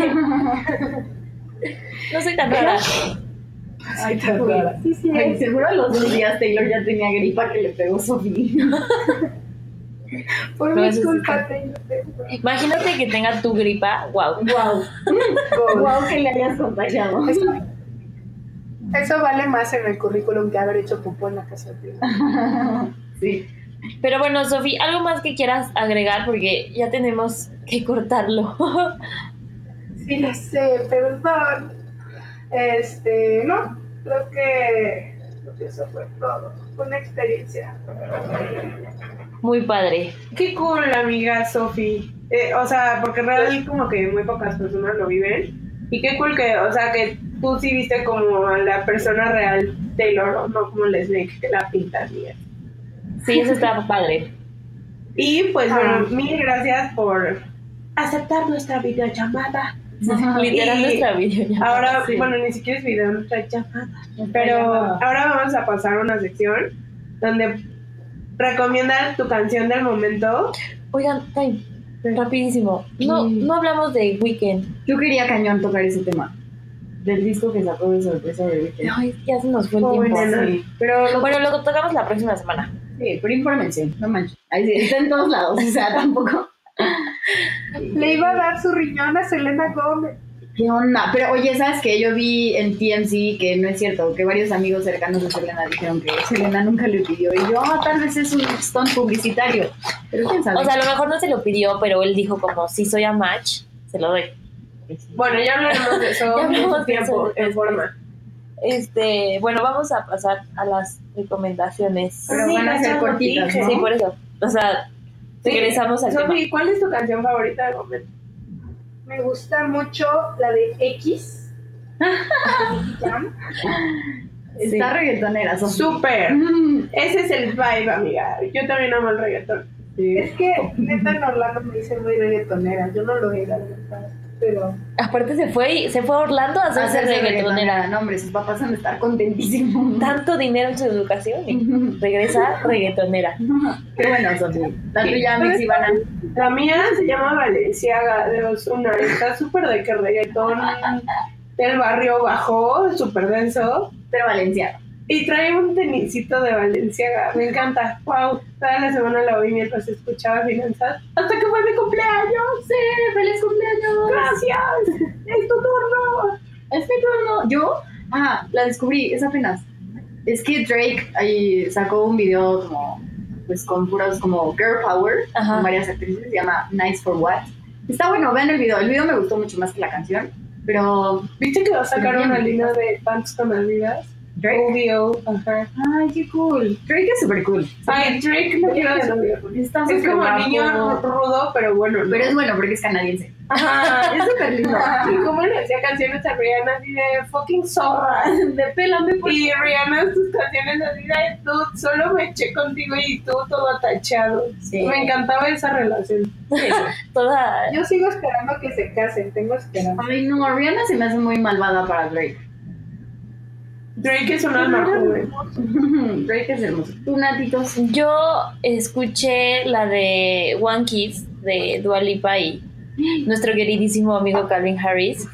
No soy tan rara. Ay, qué cool. Sí, sí, Ay, es. seguro a los dos días Taylor ya tenía gripa que le pegó Sofía. Por No, mi eso sí culpa está- tengo. Imagínate que tenga tu gripa, wow. Wow. Gol. Wow, que le hayas contagiado. Eso, eso vale más en el currículum que haber hecho popó en la casa de prima. Sí. Pero bueno, Sofi, algo más que quieras agregar porque ya tenemos que cortarlo. Sí, lo sé, perdón. Este, no, creo que, creo que eso fue todo. Fue una experiencia. Muy padre. Qué cool, amiga Sofi. Eh, o sea, porque realmente como que muy pocas personas lo viven. Y qué cool que, o sea, que tú sí viste como a la persona real Taylor, no como el Snake que la pintas bien. Sí, eso está padre. Y pues Ah. bueno, mil gracias por aceptar nuestra videollamada. Literal Y nuestra videollamada. Ahora, Sí. bueno, ni siquiera es video, nuestra llamada. Nuestra Pero llamada. ahora vamos a pasar a una sección donde recomiendas tu canción del momento. Oigan, ay, rapidísimo. No, Sí. no hablamos de Weekend. Yo quería cañón tocar ese tema. Del disco que sacó de sorpresa de Weekend. Ay, ya se nos fue el Oh, tiempo. nena. Sí, pero lo, Bueno, lo tocamos la próxima semana. sí, pero información, no manches. Ahí sí, está en todos lados, o sea, tampoco. Le iba a dar su riñón a Selena Gómez. ¿Qué onda? Pero oye, ¿sabes qué? Yo vi en T M Z que no es cierto, que varios amigos cercanos de Selena dijeron que Selena nunca le pidió. Y yo, ah, tal vez es un stunt publicitario. Pero quién sabe. O sea, a lo mejor no se lo pidió, pero él dijo como, si soy a match, se lo doy. Bueno, ya hablaremos de eso Ya hablamos en de eso tiempo, en después. forma. Este, bueno, vamos a pasar a las recomendaciones. Pero van a ser ya cortitas, dije. ¿no? Sí, por eso. O sea, regresamos al tema. Sofi, ¿cuál es tu canción favorita del momento? Me gusta mucho la de X. Jam. Está reggaetonera, son Súper. Mm, Ese es el vibe, amiga. Yo también amo el reggaetón. sí. Es que neta en Orlando me dicen muy reggaetonera. Yo no lo era, la verdad. Pero Aparte se fue y se fue a Orlando a hacerse Hacerse reggaetonera. No, hombre, sus papás han de estar contentísimos. Tanto dinero en su educación y regresa reggaetonera. Qué bueno, Sofía. La tuya, Mix Ivana. La mía se llama Valenciaga de Ozuna. Está súper de que reggaetón del barrio bajo, súper denso. Pero Valenciano. Y trae un tenisito de Valenciaga. Me encanta. Wow. Toda la semana la oí mientras escuchaba finanzas. Hasta que fue mi cumpleaños. Sí, feliz cumpleaños. Gracias. Es tu turno. Es mi turno. ¿Yo? Ah, la descubrí, es apenas. Es que Drake ahí sacó un video como, pues con puras como girl power, Ajá. con varias actrices, se llama Nice for What. Está bueno, vean el video. El video me gustó mucho más que la canción, pero ¿Viste que va a sacar Bien. una línea de pants con Adidas? Drake. Obvio. Ajá. Ay, qué cool. Drake es súper cool. Ay, Drake no quiero decir. Está Es súper como guapo. niño rudo, pero bueno, ¿no? Pero es bueno porque es canadiense. Ajá. Es súper lindo. Y como le hacía canciones a Rihanna así de fucking zorra. De pélame por Y Rihanna sus canciones así de tú solo me eché contigo y tú todo atachado. Sí. Me encantaba esa relación. Toda. yo sigo esperando que se casen. Tengo esperanza. Ay, no, Rihanna se me hace muy malvada para Drake. Drake es un alma joven. Drake es hermoso. Tú, Natitos. Yo escuché la de One Kiss de Dua Lipa y nuestro queridísimo amigo Calvin Harris.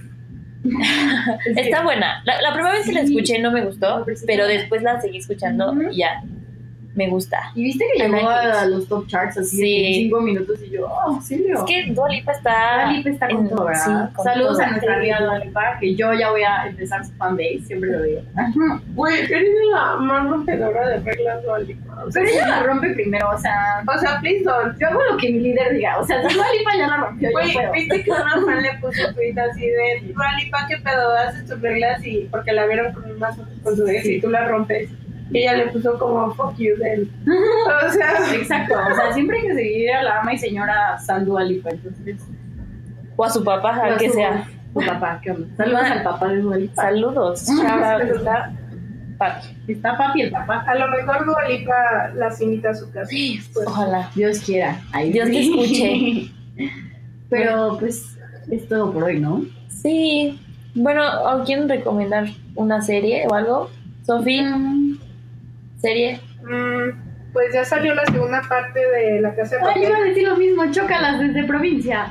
Está buena. La, la primera vez que la escuché no me gustó, pero después la seguí escuchando y ya me gusta. ¿Y viste que I llegó like it. a los top charts así Sí. en cinco minutos y yo, oh, ¿serio? Es que Dua Lipa está. Dua Lipa está con en- todo, ¿verdad? sí, con Saludos todo. a nuestra amiga Dua Lipa, que yo ya voy a empezar su fanbase, siempre lo digo. Güey, eres la más rompedora de reglas, Dua Lipa. O sea, Pero ella la rompe primero, o sea, o sea, please don't. yo hago lo que mi líder diga, o sea, si Dua Lipa ya la rompió, yo Güey, puedo. viste que una fan le puso un tweet así de Dua Lipa, ¿qué pedo? Haces tus reglas y porque la vieron con más con su ex y tú la rompes. Y ella le puso como fuck you then. O sea, Exacto, o sea, siempre hay que seguir a la ama y señora San Dua Lipa, entonces. O a su papá, o al a que su- sea. Su papá, ¿qué onda? Saludos al papá de Dua Lipa. Saludos. Mm, Shout out. Está- Papi. Está papi el papá. A lo mejor Dua Lipa las invita a su casa. Pues, Ojalá. Dios quiera. Ahí Dios te sí. Pero pues es todo por hoy, ¿no? Sí. Bueno, ¿o quieren recomendar una serie o algo? Sofía, serie. mm, pues ya salió la segunda parte de La Casa de Ay, iba a Papel. decir lo mismo, chócalas desde provincia.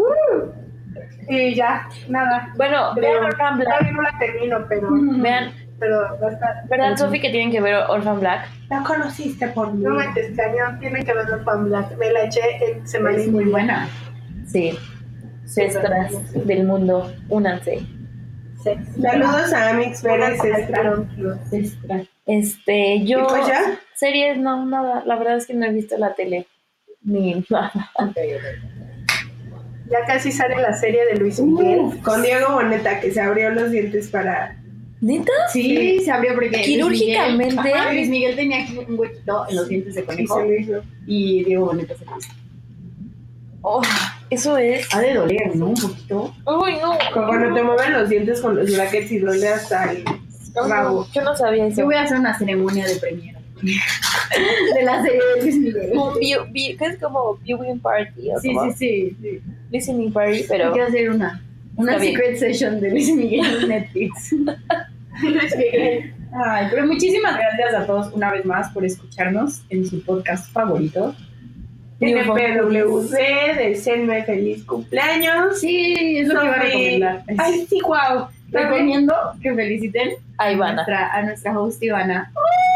Y ya, nada. Bueno, Pero vean Rambla. todavía no la termino, pero Vean pero va a estar... ¿Verdad, Sofi, que tienen que ver Orphan Black? La conociste por mí. No me extrañó, tienen que ver Orphan Black. Me la eché en semana Es y muy media. buena. Sí. Sestras del mundo, únanse. Saludos a Amix Pérez. Extra. Este, ¿Y yo... pues ya? Series, no, nada. La verdad es que no he visto la tele. Ni nada. Ya casi sale la serie de Luis Miguel. Uf, con Diego Boneta, que se abrió los dientes para... ¿Neta? Sí, se abrió porque Quirúrgicamente. Luis Miguel, ajá, Luis Miguel tenía aquí un huequito en los dientes de Y conejo se lo hizo. y Diego Boneta se lo hizo. Oh, eso es. Ha de doler, ¿no? Un poquito. Uy, no. Como cuando te mueven los dientes con los brackets y duele hasta el rabo. Yo no sabía Yo eso. voy a hacer una ceremonia de premiera de la serie de Luis Miguel. Como view, view, ¿qué es como viewing party? O Sí, como sí, sí, sí. listening party, pero... Hay que hacer una, una Está bien. secret session de Luis Miguel en Netflix. Luis Miguel. Ay, pero muchísimas gracias a todos una vez más por escucharnos en su podcast favorito. N P W C, deseenme feliz cumpleaños. Sí, es lo que iba a Sofi. recomendar. Ay, sí, wow. Recomiendo que feliciten A a Ivana. nuestra, a nuestra host Ivana.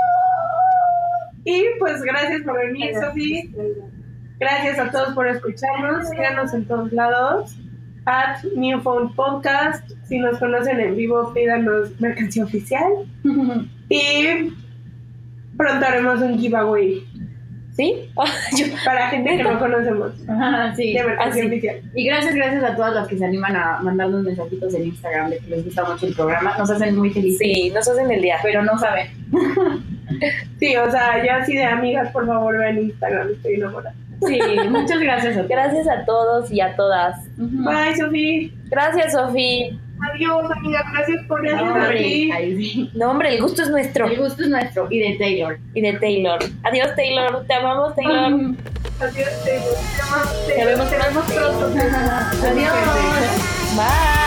Y pues gracias por venir, Sofi. Gracias a todos por escucharnos. Síganos en todos lados. At New Phone Podcast. Si nos conocen en vivo, pídanos mercancía oficial. Y pronto haremos un giveaway ¿Sí? Yo- para gente que no conocemos Ajá, sí. de mercancía así. oficial. Y gracias, gracias a todas las que se animan a mandarnos mensajitos en Instagram de que les gusta mucho el programa. Nos hacen muy felices, Sí, nos hacen el día. pero no saben. Sí, o sea, yo así de amigas, por favor, vean Instagram, estoy enamorada. Sí, muchas gracias a todos. Gracias a todos y a todas. Ujú. Bye, Sofi. Gracias, Sofi. Adiós, amiga. Gracias por No, estar hombre, aquí. ahí sí. No, hombre, el gusto es nuestro. El gusto es nuestro y de Taylor. Y de Taylor. Adiós, Taylor. Te amamos, Taylor. Adiós, Taylor. Te amamos, Te Taylor. vemos Te vemos pronto. Adiós. Bye.